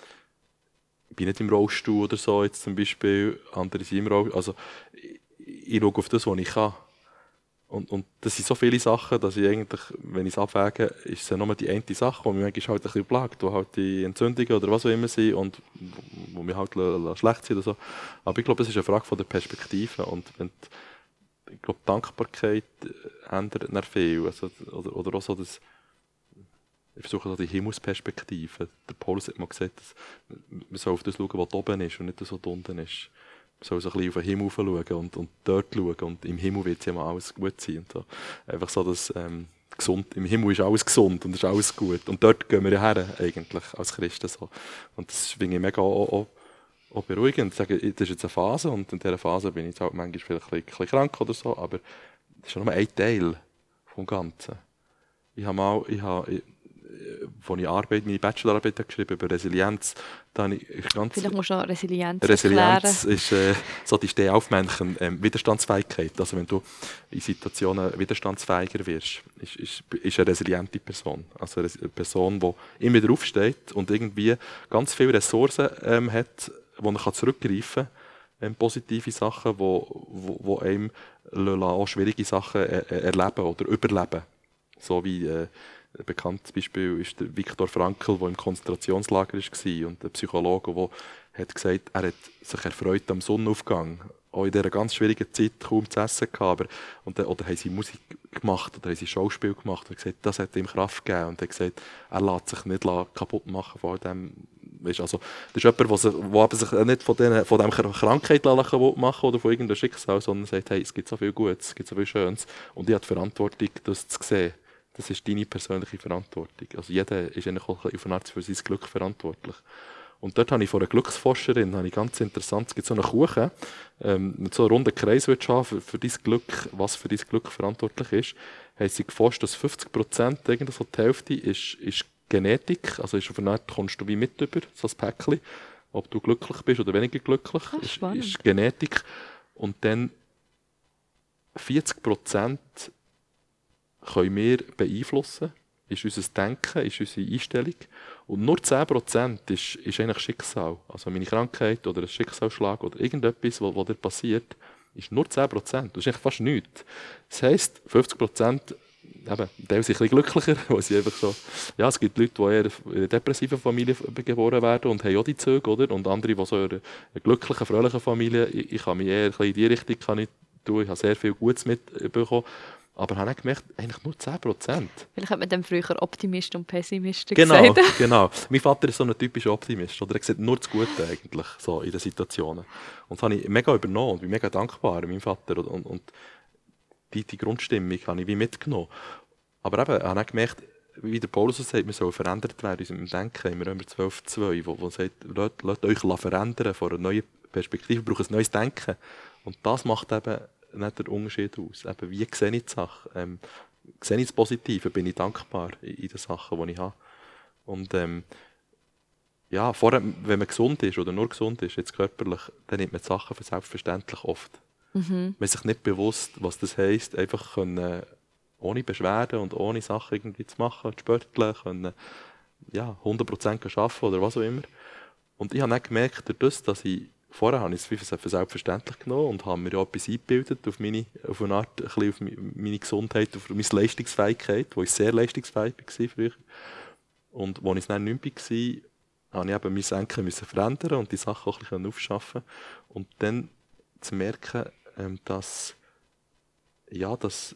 S3: Ich bin nicht im Rollstuhl oder so, jetzt zum Beispiel, andere sind im Rollstuhl. Also ich, ich schaue auf das, was ich kann. Und, und das sind so viele Sachen, dass ich eigentlich, wenn ich es abwäge, ist es ja nur die eine Sache, die mich manchmal halt ein bisschen plagt, wo halt die Entzündungen oder was auch immer sind und wo mir halt schlecht sind oder so. Aber ich glaube, es ist eine Frage von der Perspektive, und wenn die, ich glaube, die Dankbarkeit ändert nicht viel. Also, oder, oder auch so das, ich versuche so die Himmelsperspektive. Der Paulus hat mal gesagt, dass man soll auf das schauen, was oben ist und nicht das, was unten ist. Man soll so ein bisschen auf den Himmel schauen und, und dort schauen, und im Himmel wird es ja mal alles gut sein. Und so. Einfach so, dass ähm, gesund, im Himmel ist alles gesund und ist alles gut. Und dort gehen wir ja her, eigentlich, als Christen. So. Und das finde ich mega auch, auch, auch beruhigend. Ich sage, das ist jetzt eine Phase, und in dieser Phase bin ich jetzt halt manchmal vielleicht ein bisschen, ein bisschen krank oder so, aber das ist ja nur ein Teil vom Ganzen. Ich habe mal, ich habe, ich, als ich Arbeit, meine Bachelorarbeit habe geschrieben über Resilienz, da habe ich ganz...
S2: Vielleicht musst du noch Resilienz
S3: Resilienz
S2: erklären.
S3: ist äh, so die Stehaufmännchen, ähm, Widerstandsfähigkeit. Also wenn du in Situationen widerstandsfähiger wirst, ist, ist, ist eine resiliente Person. Also eine Person, die immer wieder aufsteht und irgendwie ganz viele Ressourcen ähm, hat, wo man zurückgreifen kann. Ähm, positive Sachen, die wo, wo, wo einem auch schwierige Sachen er, erleben oder überleben. So wie äh, ein bekanntes Beispiel ist der Viktor Frankl, der im Konzentrationslager war, und der Psychologe, der hat gesagt, er hat sich erfreut am Sonnenaufgang. Auch in dieser ganz schwierigen Zeit kaum zu essen gehabt. Aber, und, oder haben sie Musik gemacht oder haben sie Schauspiel gemacht. Und er hat gesagt, das hat ihm Kraft gegeben. Und er hat gesagt, er lässt sich nicht kaputt machen von dem. Weißt, also, das ist jemand, der sich, der sich nicht von, den, von dieser Krankheit kaputt machen oder von irgendeinem Schicksal, sondern sagt, hey, es gibt so viel Gutes, es gibt so viel Schönes. Und ich habe die Verantwortung, das zu sehen. Das ist deine persönliche Verantwortung. Also jeder ist eigentlich auch auf eine Art für sein Glück verantwortlich. Und dort habe ich von einer Glücksforscherin habe ich ganz interessant, es gibt so einen Kuchen, ähm, mit so einem runden Kreis willst du haben, für, für dein Glück, was für dein Glück verantwortlich ist, haben sie geforscht, dass fünfzig Prozent, irgendwie so die Hälfte, ist, ist Genetik, also ist auf eine Art, kommst du wie mit über, so ein Päckchen, ob du glücklich bist oder weniger glücklich,
S2: Ach,
S3: ist,
S2: ist
S3: ist Genetik. Und dann vierzig Prozent können wir beeinflussen, ist unser Denken, ist unsere Einstellung. Und nur zehn Prozent ist, ist eigentlich Schicksal. Also meine Krankheit oder ein Schicksalsschlag oder irgendetwas, was dir passiert, ist nur zehn Prozent. Das ist eigentlich fast nichts. Das heisst, fünfzig Prozent eben, die sind ein bisschen glücklicher, weil sie einfach so, ja, es gibt Leute, die eher in einer depressiven Familie geboren werden und haben auch die Züge, oder? Und andere, die so in einer glücklichen, fröhlichen Familie, ich, ich kann mich eher ein bisschen in die Richtung kann ich tun, ich habe sehr viel Gutes mitbekommen. Aber ich habe gemerkt, eigentlich nur zehn Prozent.
S2: Vielleicht hat man dann früher Optimist und Pessimist
S3: genau,
S2: gesagt.
S3: Genau, mein Vater ist so ein typischer Optimist. Oder er sieht nur das Gute eigentlich, so in den Situationen. Und das habe ich mega übernommen und bin mega dankbar meinem Vater. Und, und die, die Grundstimmung habe ich wie mitgenommen. Aber eben, ich habe auch gemerkt, wie der Paulus sagt, wir sollen verändert werden in unserem Denken, im Römer zwölf zwei, wo, wo sagt, lasst, lasst euch verändern von einer neuen Perspektive, wir brauchen ein neues Denken. Und das macht eben nicht der Unterschied aus. Eben, wie sehe ich die Sache? Ähm, sehe ich das Positive? Bin ich dankbar in, in den Sachen, die ich habe? Und ähm, ja, vor allem, wenn man gesund ist oder nur gesund ist, jetzt körperlich, dann nimmt man die Sachen für selbstverständlich oft.
S2: Mhm.
S3: Man ist sich nicht bewusst, was das heisst, einfach können, ohne Beschwerden und ohne Sachen irgendwie zu machen, zu sporteln, können, ja, hundert Prozent arbeiten oder was auch immer. Und ich habe dann gemerkt, durch das, dass ich, vorher habe ich es wie für selbstverständlich genommen und habe mir ja etwas eingebildet auf meine, auf eine Art, ein bisschen auf meine Gesundheit, auf meine Leistungsfähigkeit, wo ich sehr leistungsfähig war früher. Und als ich dann nicht mehr war, habe ich eben mein Denken müssen verändern und die Sachen auch ein bisschen aufschaffen. Und dann zu merken, ähm, dass, ja, dass,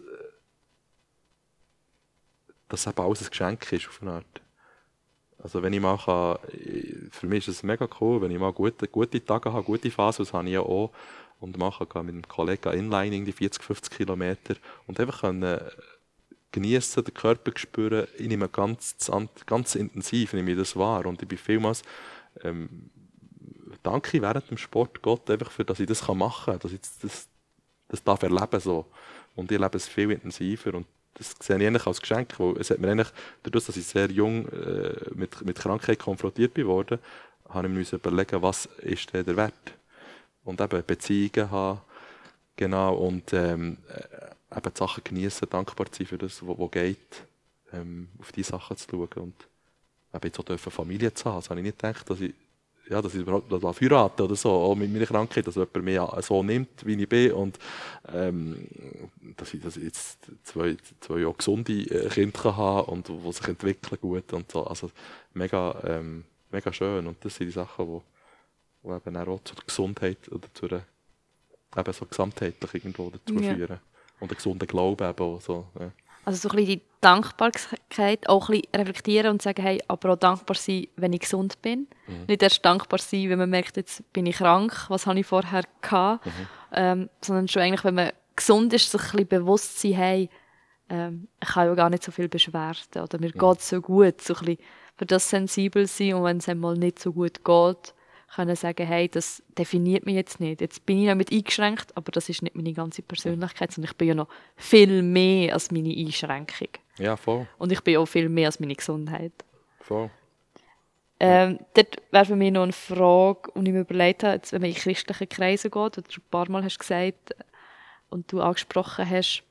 S3: dass eben alles ein Geschenk ist auf eine Art. Also wenn ich mal kann, für mich ist es mega cool, wenn ich mal gute, gute Tage habe, gute Phasen, das habe ich ja auch. Und mache mit einem Kollegen Inlining, die vierzig, fünfzig Kilometer und einfach können genießen, den Körper spüren. Ich nehme ganz, ganz intensiv nehme ich das wahr. Und ich bin vielmals ähm, danke während dem Sport Gott einfach für, dass ich das machen kann, dass ich das, das darf erleben so. Und ich lebe es viel intensiver. Und das sehe ich eigentlich als Geschenk, weil es hat mir eigentlich, dadurch, dass ich sehr jung äh, mit, mit Krankheit konfrontiert bin worden, habe ich mir überlegen, was ist denn der Wert? Und eben Beziehungen haben, genau, und ähm, eben die Sachen genießen, dankbar zu sein für das, was geht, ähm, auf diese Sachen zu schauen. Und eben jetzt auch eine Familie zu haben, das habe ich nicht gedacht, dass ich, ja, dass ich überhaupt heiraten oder so, auch mit meiner Krankheit, dass jemand mich so nimmt, wie ich bin und ähm, dass, ich, dass ich jetzt zwei, zwei auch gesunde Kinder kann haben und die sich entwickeln gut und so. Also mega, ähm, mega schön und das sind die Sachen, die, die eben auch zur Gesundheit oder zu einer, eben so gesamtheitlich irgendwo dazu
S2: Ja.
S3: führen. Und einen gesunden Glauben eben auch so. Ja.
S2: Also so ein bisschen die Dankbarkeit auch ein bisschen reflektieren und sagen, hey, aber auch dankbar sein, wenn ich gesund bin.
S3: Mhm.
S2: Nicht erst dankbar sein, wenn man merkt, jetzt bin ich krank, was habe ich vorher gehabt.
S3: Mhm.
S2: Ähm, sondern schon eigentlich, wenn man gesund ist, sich ein bisschen bewusst sein, hey, ähm, ich habe ja gar nicht so viel Beschwerden oder mir
S3: Mhm.
S2: geht es so gut. So ein bisschen für das sensibel sein und wenn es einmal nicht so gut geht, können sagen, hey, das definiert mich jetzt nicht. Jetzt bin ich noch mit eingeschränkt, aber das ist nicht meine ganze Persönlichkeit, sondern ich bin ja noch viel mehr als meine Einschränkung.
S3: Ja, voll.
S2: Und ich bin auch viel mehr als meine Gesundheit.
S3: voll.
S2: Ähm, dort wäre für mich noch eine Frage, und ich mir überlegt habe, jetzt, wenn man in christliche Kreise geht, oder du ein paar Mal hast gesagt und du angesprochen hast,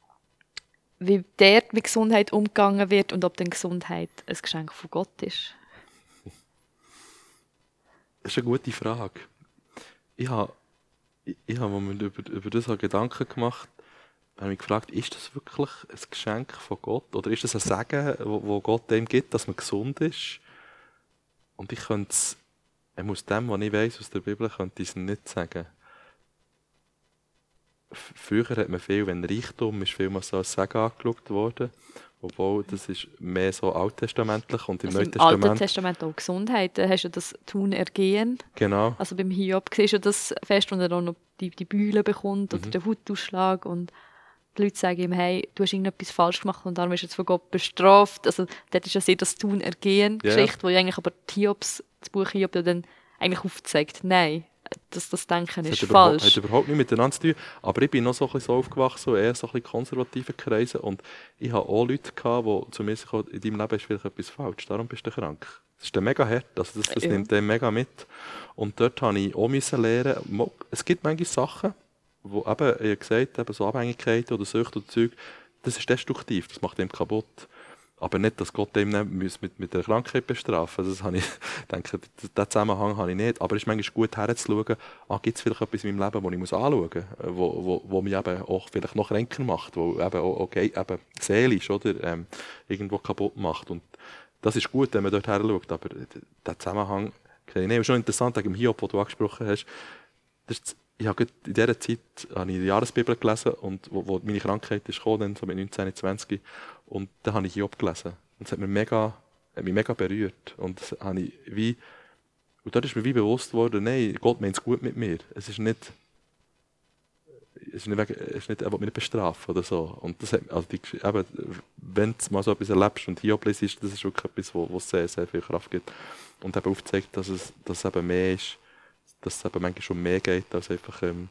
S2: wie dort mit Gesundheit umgegangen wird und ob denn Gesundheit ein Geschenk von Gott ist.
S3: Das ist eine gute Frage. Ich habe, ich, ich habe mir über, über das Gedanken gemacht, habe mich gefragt, ist das wirklich ein Geschenk von Gott? Oder ist das ein Segen, wo, wo Gott dem gibt, dass man gesund ist? Und ich könnte es, aus dem, was ich weiss aus der Bibel, könnte ich es nicht sagen. F- Früher hat man viel, wenn Reichtum ist, vielmals so als Segen angeschaut worden. Obwohl, das ist mehr so alttestamentlich und im
S2: Also
S3: Neuen
S2: im Alten
S3: Testament...
S2: Testament auch Gesundheit, da hast du das Tun, Ergehen.
S3: Genau.
S2: Also beim Hiob siehst du das fest, und er auch noch die, die Beule bekommt oder
S3: Mhm.
S2: den Hautausschlag und die Leute sagen ihm, hey, du hast irgendetwas falsch gemacht und darum ist jetzt von Gott bestraft. Also dort ist ja sehr das Tun, Ergehen
S3: Ja.
S2: Geschichte, wo ja eigentlich aber die Hiobs, das Buch Hiob ja dann eigentlich aufzeigt, nein, dass das Denken
S3: Das
S2: ist
S3: hat, überhaupt,
S2: falsch.
S3: hat überhaupt nichts miteinander zu tun. Aber ich bin noch so ein bisschen so aufgewachsen, eher so ein bisschen konservative Kreise. Und ich habe auch Leute gehabt, die zu mir sagen, in deinem Leben ist vielleicht etwas falsch, darum bist du krank. Das ist dann mega hart, also das, das
S2: Ja.
S3: nimmt dann mega mit. Und dort habe ich auch müssen lernen, mo- es gibt manche Sachen, wo eben, ich habe gesagt, eben so Abhängigkeiten oder Sucht oder Zeug, das ist destruktiv, das macht ihm kaputt. Aber nicht, dass Gott ihm mit, mit, mit der Krankheit bestrafen muss. Das habe ich, denke, diesen Zusammenhang habe ich nicht. Aber es ist manchmal gut herzuschauen, ah, gibt es vielleicht etwas in meinem Leben, das ich muss anschauen muss, wo, wo, wo mich eben auch vielleicht noch kränker macht, wo eben auch okay, eben seelisch oder, ähm, irgendwo kaputt macht. Und das ist gut, wenn man dort her schaut. Aber der Zusammenhang, okay, nee, schon interessant, wegen dem Hiob, den du angesprochen hast, das ist, ich habe in dieser Zeit habe ich die Jahresbibel gelesen, und wo, wo meine Krankheit ist gekommen, dann so mit neunzehn, zwanzig, und da habe ich Hiob gelesen. Und es hat, mir mega, hat mich mega berührt. Und das habe ich wie, und dort ist mir wie bewusst worden, nein, Gott meint es gut mit mir. Es ist nicht, es ist nicht, wegen, es ist nicht, er will mich nicht bestrafen oder so. Und das hat, also die, eben, wenn du mal so etwas erlebst und Hiob liest, das ist wirklich etwas, wo, wo sehr, sehr viel Kraft gibt. Und eben aufzeigt, dass es, dass es eben mehr ist, dass es eben manchmal schon mehr geht, als einfach ähm,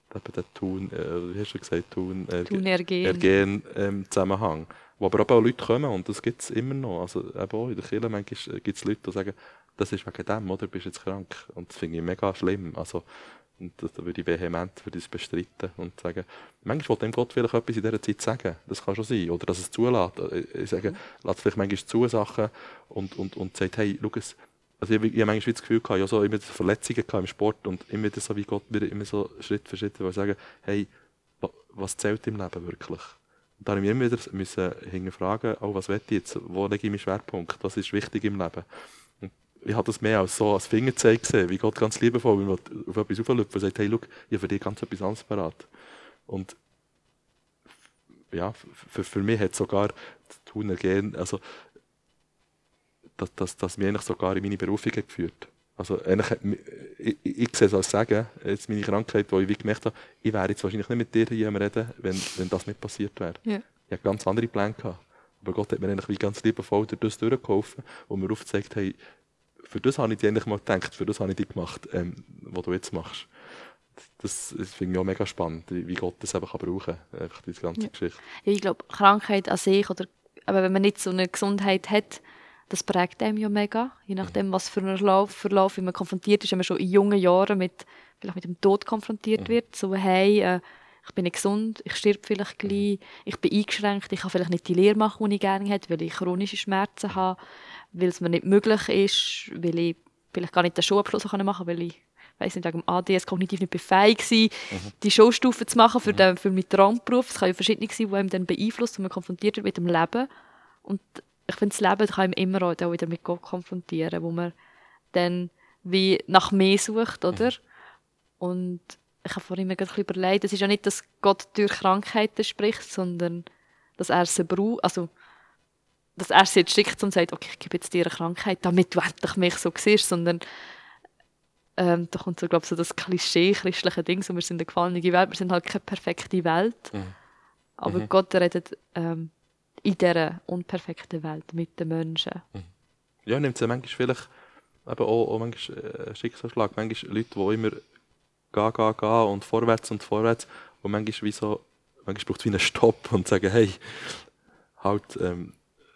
S3: eben den Tun, äh, wie hast du gesagt, Tun, äh,
S2: Tun ergehen.
S3: ergehen ähm, Zusammenhang. Wo aber auch Leute kommen, und das gibt es immer noch. Also eben auch in der Kirche manchmal gibt es Leute, die sagen, das ist wegen dem, oder? Du bist jetzt krank. Und das finde ich mega schlimm. Also, und das, da würde ich vehement für das bestreiten und sagen, manchmal will dem Gott vielleicht etwas in dieser Zeit sagen. Das kann schon sein. Oder dass es zulässt. Ich sage, mhm. Lässt vielleicht manchmal zu Sachen und, und, und sagt, hey, schau es. Also ich, ich habe manchmal das Gefühl gehabt, ja, so immer Verletzungen im Sport und immer wieder so wie Gott mir immer so Schritt für Schritt sagen, hey, was zählt im Leben wirklich? Und da habe ich mich immer wieder müssen hinterfragen, oh, was will ich jetzt? Wo lege ich meinen Schwerpunkt? Was ist wichtig im Leben? Und ich habe das mehr als so als Fingerzeig gesehen, wie Gott ganz liebevoll auf etwas auflöpft und sagt, hey, schau, ich habe für dich ganz etwas anderes parat. Und ja, für, für mich hat sogar das Tun ergehen, also dass, dass, dass mich eigentlich sogar in meine Berufung geführt. Also eigentlich, ich, ich, ich sehe es als Sagen, jetzt meine Krankheit, wo ich wie gemerkt habe, ich wäre jetzt wahrscheinlich nicht mit dir hier reden, wenn, wenn das nicht passiert wäre. Ja. Ich hatte ganz andere Pläne gehabt. Aber Gott hat mir eigentlich wie ganz liebevoll durch das durchgeholfen, wo mir aufgezeigt hat, hey, für das habe ich dir eigentlich mal gedacht, für das habe ich dich gemacht, ähm, was du jetzt machst. Das, das finde ich auch mega spannend, wie Gott das eben kann brauchen kann, einfach diese ganze
S2: ja.
S3: Geschichte.
S2: Ja, ich glaube, Krankheit an sich, oder aber wenn man nicht so eine Gesundheit hat, das prägt einem ja mega, je nachdem, was für einen Verlauf, Verlauf wie man konfrontiert ist, wenn man schon in jungen Jahren mit, vielleicht mit dem Tod konfrontiert mhm. wird. So, hey, äh, ich bin nicht gesund, ich sterbe vielleicht gleich, ich bin eingeschränkt, ich kann vielleicht nicht die Lehre machen, die ich gerne hätte, weil ich chronische Schmerzen habe, weil es mir nicht möglich ist, weil ich vielleicht gar nicht den Schulabschluss machen kann, weil ich, weiss nicht, wegen dem A D S kognitiv nicht befähigt war, mhm. die Schulstufe zu machen für, mhm. den, für meinen Traumberuf. Es kann ja verschiedene sein, die einem dann beeinflusst und man konfrontiert wird mit dem Leben. Und ich finde, das Leben kann einem immer auch wieder mit Gott konfrontieren, wo man dann wie nach mehr sucht, oder? Und ich habe vorhin mir gerade ein bisschen überlegt, es ist ja nicht, dass Gott durch Krankheiten spricht, sondern dass er sie braucht, also dass er sie jetzt schickt und sagt, okay, ich gebe jetzt dir eine Krankheit, damit du endlich mich so siehst, sondern ähm, da kommt so, glaube ich, so das Klischee-christliche Ding, so, wir sind eine gefallene Welt, wir sind halt keine perfekte Welt, mhm. aber mhm. Gott redet ähm, in dieser unperfekten Welt mit den Menschen.
S3: Ja, nimmt es ja manchmal vielleicht eben auch, auch manchmal äh, Schicksalsschlag, manchmal Leute, die immer gehen, gehen, gehen und vorwärts und vorwärts und manchmal wie so, manchmal braucht es wie einen Stopp und sagen, hey, halt, ähm,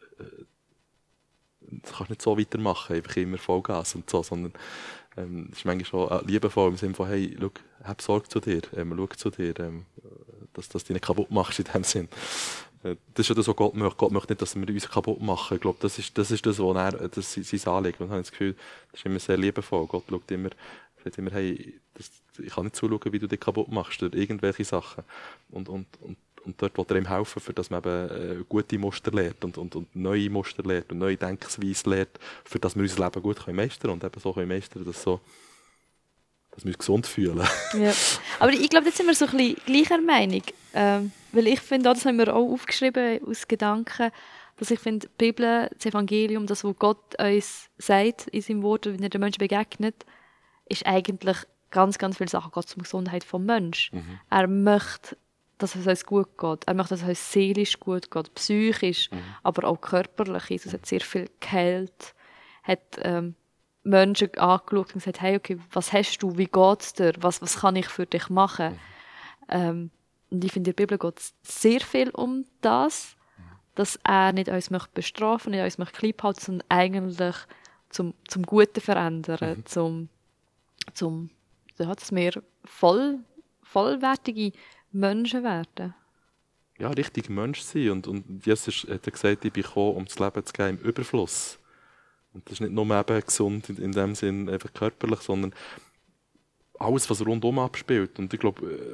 S3: du kannst nicht so weitermachen, einfach immer Vollgas und so, sondern ähm, es ist manchmal schon liebevoll im Sinne von, hey, schau, hab Sorge zu dir, ähm, schau zu dir, ähm, dass, dass du dich nicht kaputt machst in dem Sinn. Das ist ja das, was Gott möchte. Gott möchte nicht, dass wir uns kaputt machen. Ich glaube, das ist das, ist das was er, das ist sein Anliegen. Und ich habe das Gefühl, das ist immer sehr liebevoll. Gott schaut immer, sagt immer, hey, das, ich kann nicht zuschauen, wie du dich kaputt machst durch irgendwelche Sachen. Und, und, und, und dort will er ihm helfen, für dass man eben gute Muster lernt und, und, und neue Muster lernt und neue Denkensweise lernt, für dass wir unser Leben gut meistern können und eben so können meistern, dass so dass wir uns gesund fühlen.
S2: Ja. Aber ich glaube, jetzt sind wir so ein bisschen gleicher Meinung. Ähm, weil ich finde, das haben wir auch aufgeschrieben aus Gedanken, dass ich finde, die Bibel, das Evangelium, das, was Gott uns sagt in seinem Wort, wenn er den Menschen begegnet, ist eigentlich ganz, ganz viele Sachen geht um die Gesundheit des Menschen. Mhm. Er möchte, dass es uns gut geht. Er möchte, dass es uns seelisch gut geht, psychisch, mhm. aber auch körperlich. Jesus hat sehr viel geheilt, hat ähm, Menschen angeschaut und gesagt, hey, okay, was hast du, wie geht es dir, was, was kann ich für dich machen? Mhm. Ähm, und ich finde, in der Bibel geht es sehr viel um das, mhm. dass er nicht uns möchte bestrafen, nicht uns möchte klein halten, sondern eigentlich zum, zum Guten verändern, mhm. zum, zum ja, dass wir voll, vollwertige Menschen werden.
S3: Ja, richtig Mensch sein. Und, und Jesus hat gesagt, ich bin gekommen, um das Leben zu geben im Überfluss. Und das ist nicht nur eben gesund in, in dem Sinn einfach körperlich, sondern alles, was rundum abspielt. Und ich glaube,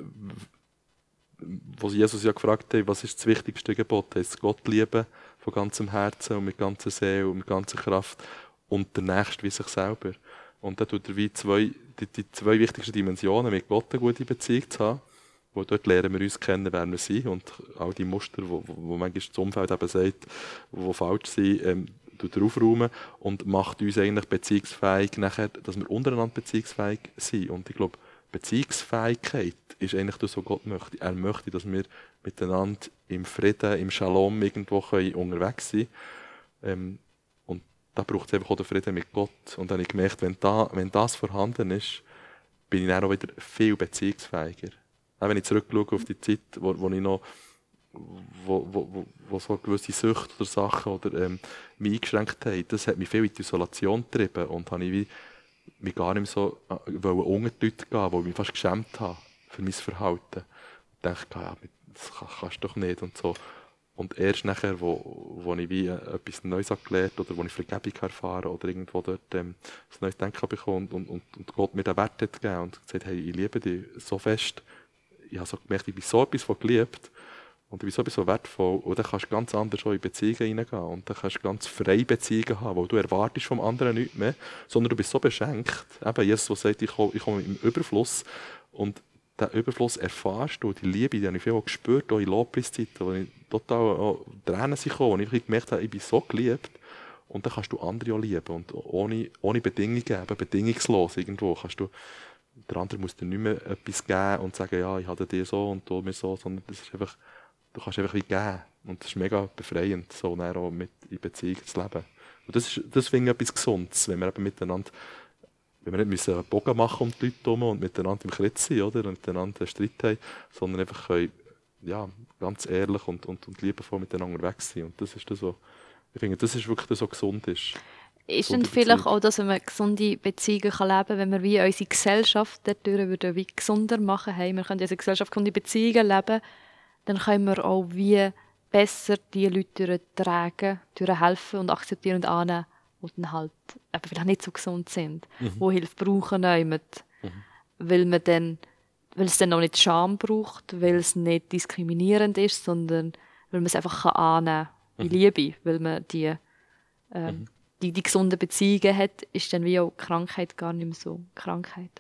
S3: was Jesus ja gefragt hat, was ist das wichtigste Gebot? Heißt Gott lieben von ganzem Herzen und mit ganzer Seele und mit ganzer Kraft und der Nächste wie sich selber. Und da tut er wie zwei, die, die zwei wichtigsten Dimensionen, mit Gott eine gute Beziehung zu haben, wo dort lernen wir uns kennen, wer wir sind und all die Muster, wo, wo manchmal das Umfeld eben sagt, die falsch sind, ähm, aufräumen und macht uns eigentlich beziehungsfähig nachher, dass wir untereinander beziehungsfähig sind. Und ich glaube, Beziehungsfähigkeit ist eigentlich das, was Gott möchte. Er möchte, dass wir miteinander im Frieden, im Shalom irgendwo können unterwegs sein können. Ähm, und da braucht es einfach auch den Frieden mit Gott. Und dann habe ich gemerkt, wenn, da, wenn das vorhanden ist, bin ich dann auch wieder viel beziehungsfähiger. Auch wenn ich zurückschaue auf die Zeit, wo, wo ich noch wo, wo, wo, wo so gewisse Süchte oder Sachen oder, ähm, mich eingeschränkt haben, das hat mich viel in die Isolation getrieben und habe ich wie, mich gar nicht mehr so äh, wollen unter die Leute gehen, wo ich mich fast geschämt habe für mein Verhalten. Ich dachte, ja, das kannst du doch nicht und so. Und erst nachher, wo, wo ich wie etwas Neues gelernt habe oder wo ich Vergebung erfahren oder irgendwo dort ähm, ein neues Denken bekommen und, und, und Gott mir den Wert hat gegeben und gesagt, hey, ich liebe dich so fest. Ich habe so gemerkt, ich bin so etwas von geliebt und ich bin so etwas von wertvoll. Und dann kannst du ganz anders auch in Beziehungen reingehen und dann kannst du ganz freie Beziehungen haben, weil du erwartest vom anderen nichts mehr, sondern du bist so beschenkt. Eben Jesus, der sagt, ich komme, ich komme im Überfluss und diesen Überfluss erfährst du, die Liebe, die habe ich viel auch gespürt, auch in Lobpreiszeiten, wo ich total auch Tränen sind gekommen, wo ich wirklich gemerkt habe, ich bin so geliebt. Und dann kannst du andere auch lieben. Und ohne, ohne Bedingungen, eben bedingungslos irgendwo, kannst du, der andere muss dir nicht mehr etwas geben und sagen, ja, ich hatte dir so und du mir so, sondern das ist einfach, du kannst einfach wie geben. Und das ist mega befreiend, so dann auch mit in Beziehung zu leben. Und das ist, das finde ich etwas Gesundes, wenn wir eben miteinander wenn wir nicht müssen einen Bogen machen um die Leute herum und miteinander im Kreuz sind, oder? Und miteinander einen Streit haben, sondern einfach können, ja, ganz ehrlich und, und, und liebevoll miteinander weg sein. Und das ist das, was ich finde, das ist wirklich das, was gesund ist.
S2: Ist dann vielleicht auch, dass man gesunde Beziehungen kann leben kann, wenn wir wie unsere Gesellschaft dadurch würden, wie gesunder machen hey, wir können in unserer Gesellschaft gesunde Beziehungen leben, dann können wir auch wie besser die Leute durchtragen, helfen und akzeptieren und annehmen, die dann halt eben vielleicht nicht so gesund sind, mhm. die Hilfe brauchen, mhm. weil, man dann, weil es dann auch nicht Scham braucht, weil es nicht diskriminierend ist, sondern weil man es einfach annehmen kann, wie mhm. Liebe, weil man die, ähm, mhm. die, die gesunden Beziehungen hat, ist dann wie auch Krankheit gar nicht mehr so Krankheit.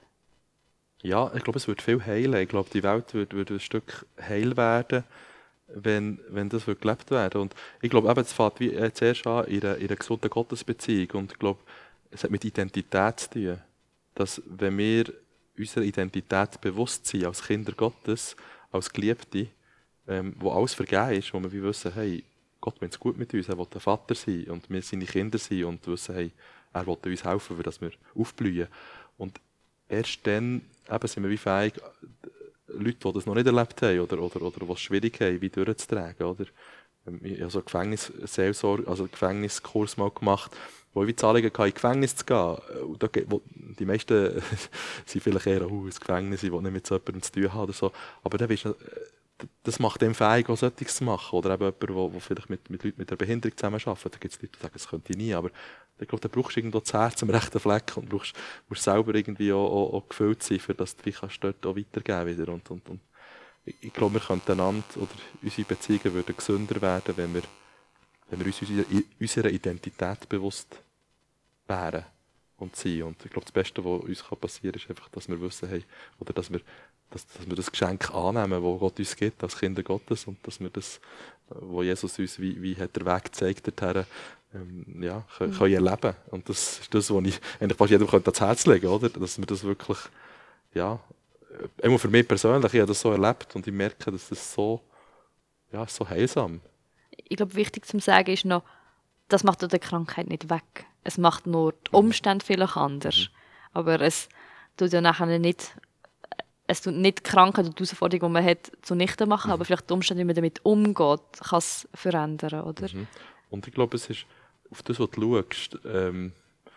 S3: Ja, ich glaube, es wird viel heilen. Ich glaube, die Welt wird, wird ein Stück heil werden, wenn, wenn das wird gelebt werden. Und ich glaube, eben, es fängt wie äh, zuerst an in einer, in einer gesunden Gottesbeziehung. Und ich glaube, es hat mit Identität zu tun. Dass, wenn wir unserer Identität bewusst sind, als Kinder Gottes, als Geliebte, ähm, wo alles vergeben ist, wo wir wie wissen, hey, Gott meint es gut mit uns, er will der Vater sein und wir seine Kinder sein und wissen, hey, er will uns helfen, dass wir aufblühen. Und erst dann eben sind wir wie fähig, Leute, die das noch nicht erlebt haben oder, oder, oder die es schwierig haben, wie durchzutragen. Oder? Ich habe so Gefängnisseelsorge, also einen Gefängniskurs mal gemacht, wo ich wie Zahlungen hatte, in die Gefängnis zu gehen. Und da, wo die meisten sind vielleicht eher, oh, ins Gefängnis, ich will nicht mit so jemandem zu tun haben oder so. Aber dann weißt, das macht dem fähig, auch solches zu machen. Oder eben jemand, der vielleicht mit, mit Leuten mit einer Behinderung zusammenarbeitet. Da gibt es Leute, die sagen, das könnte ich nie. Aber ich glaube, da brauchst du irgendwo das Herz am rechten Fleck und brauchst, musst selber irgendwie auch, auch, auch gefüllt sein, für dass du kannst dort auch weitergeben wieder. Und, und, und ich glaube, wir könnten einander oder unsere Beziehungen würden gesünder werden, wenn wir, wenn wir uns unserer, unserer Identität bewusst wären und sind. Und ich glaube, das Beste, was uns passieren kann, ist einfach, dass wir wissen, hey, oder dass wir, dass, dass wir das Geschenk annehmen, das Gott uns gibt, als Kinder Gottes, und dass wir das, wo Jesus uns, wie, wie hat der Weg gezeigt, dorthin, ähm, ja, können, mhm. können erleben. Und das ist das, was ich eigentlich fast jedem ans Herz legen könnte, oder? Dass wir das wirklich, ja, immer für mich persönlich, ich habe das so erlebt und ich merke, dass das so, ja, so heilsam.
S2: Ich glaube, wichtig zu sagen ist noch, das macht die Krankheit nicht weg. Es macht nur die Umstände mhm. vielleicht anders. Mhm. Aber es tut ja nachher nicht, es tut nicht die Krankheit und die Herausforderung, die man hat, zunichte machen, mhm. aber vielleicht die Umstände, wie man damit umgeht, kann es verändern, oder? Mhm.
S3: Und ich glaube, es ist auf das, was du schaust, ähm,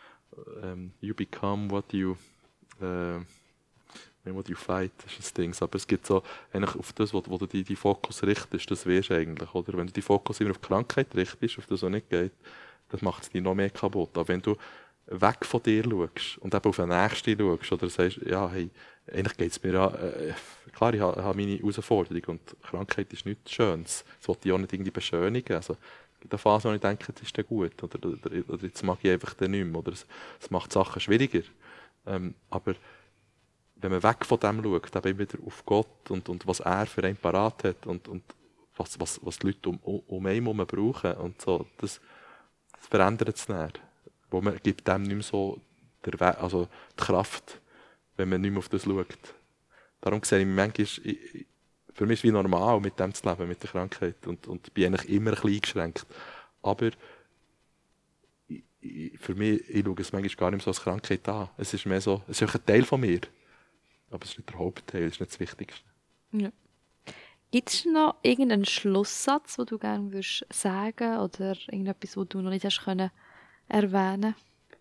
S3: ähm, you become what you, äh, what you fight, ist das Ding. Aber es gibt so, eigentlich auf das, wo, wo du die, die Fokus richtest, das wirst du eigentlich, oder? Wenn du die Fokus immer auf die Krankheit richtest, auf das, was nicht geht, das macht es dir noch mehr kaputt. Aber wenn du weg von dir schaust und eben auf den Nächsten schaust oder sagst, ja, hey, eigentlich geht es mir ja, äh, klar, ich habe, habe meine Herausforderung und Krankheit ist nichts Schönes. Das wollte ich auch nicht irgendwie beschönigen. Also, in der Phase, wo ich denke, das ist dann gut, oder, oder, oder jetzt mag ich einfach dann nicht mehr, oder es, es macht Sachen schwieriger. Ähm, aber wenn man weg von dem schaut, eben wieder auf Gott und, und was er für einen parat hat und, und was, was, was die Leute um, um einen herum brauchen und so, das, das verändert es nicht. Wo man gibt dem nicht mehr so der We- also die Kraft, wenn man nicht mehr auf das schaut. Darum sehe ich manchmal, ich, für mich ist es wie normal, mit dem zu leben, mit der Krankheit. Und, und bin eigentlich immer ein bisschen eingeschränkt. Aber ich, ich, für mich, ich schaue es manchmal gar nicht mehr so als Krankheit an. Es ist mehr so, es ist ein Teil von mir. Aber es ist nicht der Hauptteil, es ist nicht das Wichtigste.
S2: Ja. Gibt es noch irgendeinen Schlusssatz, den du gerne würdest sagen oder irgendetwas, was du noch nicht hast können erwähnen?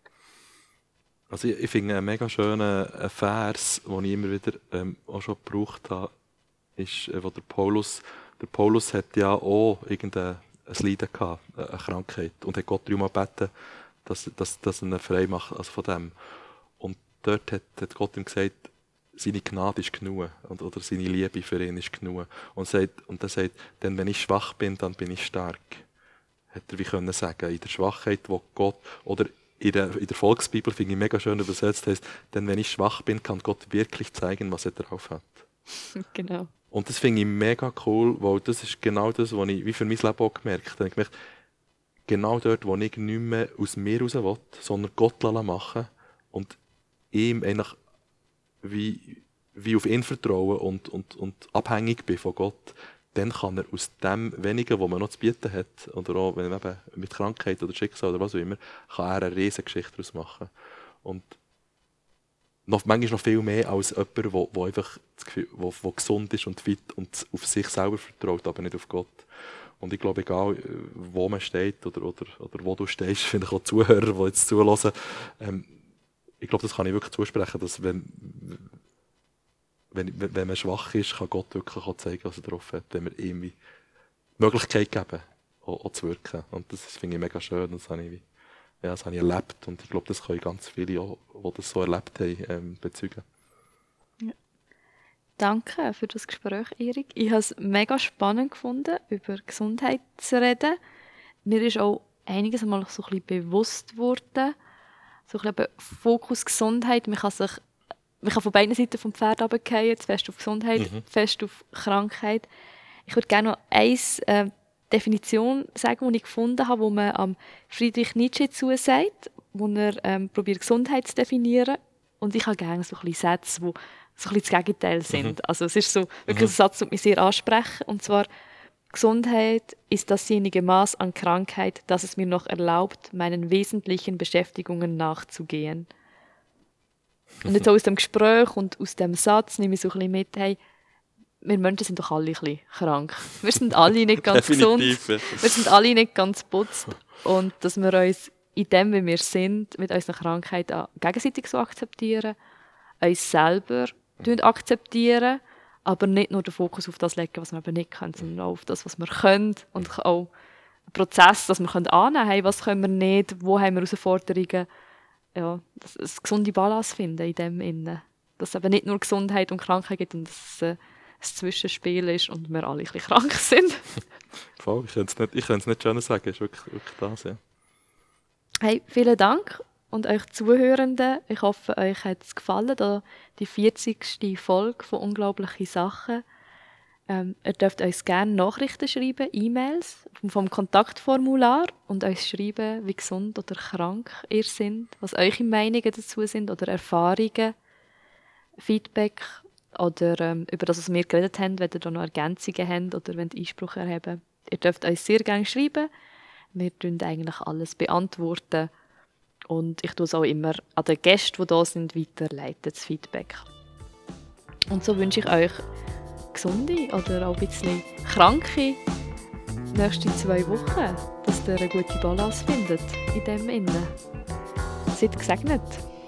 S3: Also ich, ich finde einen mega schönen äh, Vers, den ich immer wieder ähm, auch schon gebraucht habe, ist, äh, wo der Paulus, der Paulus hat ja auch irgendein ein Leiden gehabt, eine Krankheit, und hat Gott darum gebeten, dass, dass, dass er ihn frei macht, also von dem. Und dort hat, hat Gott ihm gesagt, seine Gnade ist genug, und, oder seine Liebe für ihn ist genug. Und, sagt, und er sagt, denn wenn ich schwach bin, dann bin ich stark. Hat er wie können sagen, in der Schwachheit, wo Gott, oder in der, in der Volksbibel, finde ich mega schön übersetzt, heißt, denn wenn ich schwach bin, kann Gott wirklich zeigen, was er drauf hat.
S2: Genau.
S3: Und das finde ich mega cool, weil das ist genau das, was ich wie für mein Leben auch gemerkt habe. Ich gemerkt, genau dort, wo ich nicht mehr aus mir raus will, sondern Gott machen und ihm eigentlich wie, wie auf ihn vertrauen und, und, und abhängig bin von Gott, dann kann er aus dem Wenigen, was man noch zu bieten hat, oder auch wenn eben mit Krankheit oder Schicksal oder was auch immer, kann er eine riesige Geschichte daraus machen. Und noch, manchmal noch viel mehr als jemand, der, der einfach das Gefühl, der, der gesund ist und fit und auf sich selber vertraut, aber nicht auf Gott. Und ich glaube, egal wo man steht oder, oder, oder wo du stehst, finde ich auch Zuhörer, die jetzt zuhören, ähm, ich glaube, das kann ich wirklich zusprechen, dass wenn, wenn, wenn man schwach ist, kann Gott wirklich auch zeigen, was er drauf hat, wenn wir ihm die Möglichkeit geben, auch, auch zu wirken. Und das finde ich mega schön, das habe ich, ja, das habe ich erlebt, und ich glaube, das können ganz viele, auch, die das so erlebt haben, ähm, bezeugen.
S2: Ja. Danke für das Gespräch, Erik. Ich habe es mega spannend gefunden, über Gesundheit zu reden. Mir ist auch einiges einmal so ein bisschen bewusst geworden, so ein bisschen Fokus Gesundheit. Man kann, sich, man kann von beiden Seiten vom Pferd runterfallen, fest auf Gesundheit, mhm. fest auf Krankheit. Ich würde gerne noch eine äh, Definition sagen, die ich gefunden habe, wo man am Friedrich Nietzsche zusagt, wo er ähm, probiert, Gesundheit zu definieren. Und ich habe gerne so ein bisschen Sätze, die so ein bisschen das Gegenteil sind. Mhm. Also es ist so wirklich mhm. ein Satz, der mich sehr anspricht. Und zwar: Gesundheit ist dasjenige Maß an Krankheit, das es mir noch erlaubt, meinen wesentlichen Beschäftigungen nachzugehen. Und jetzt auch aus dem Gespräch und aus dem Satz nehme ich so ein bisschen mit, hey, wir Menschen sind doch alle ein bisschen krank. Wir sind alle nicht ganz gesund. Wir sind alle nicht ganz putzt. Und dass wir uns in dem, wie wir sind, mit unserer Krankheit gegenseitig so akzeptieren, uns selber akzeptieren, aber nicht nur den Fokus auf das legen, was wir eben nicht können, sondern auch auf das, was wir können, und auch einen Prozess, dass wir annehmen können, hey, was können wir nicht, wo haben wir Herausforderungen, ja, das, eine gesunde Balance finden in dem Innen. Dass es eben nicht nur Gesundheit und Krankheit gibt und dass es ein Zwischenspiel ist und wir alle ein bisschen krank sind.
S3: Voll, ich könnte es nicht, ich könnte es nicht schöner sagen, es ist wirklich, wirklich das, ja.
S2: Hey, vielen Dank. Und euch Zuhörenden, ich hoffe, euch hat es gefallen, da die vierzigste Folge von «Unglaubliche Sachen». Ähm, ihr dürft uns gerne Nachrichten schreiben, E-Mails vom Kontaktformular, und uns schreiben, wie gesund oder krank ihr seid, was eure Meinungen dazu sind oder Erfahrungen, Feedback oder ähm, über das, was wir geredet haben, wenn ihr da noch Ergänzungen habt oder wenn ihr Einspruch erheben. Ihr dürft uns sehr gerne schreiben. Wir beantworten eigentlich alles beantworten. Und ich tue es auch immer an die Gäste, die da sind, weiterleiten, das Feedback. Und so wünsche ich euch gesunde oder auch ein bisschen kranke nächste zwei Wochen, dass ihr eine gute Balance findet in dem Innen. Seid gesegnet.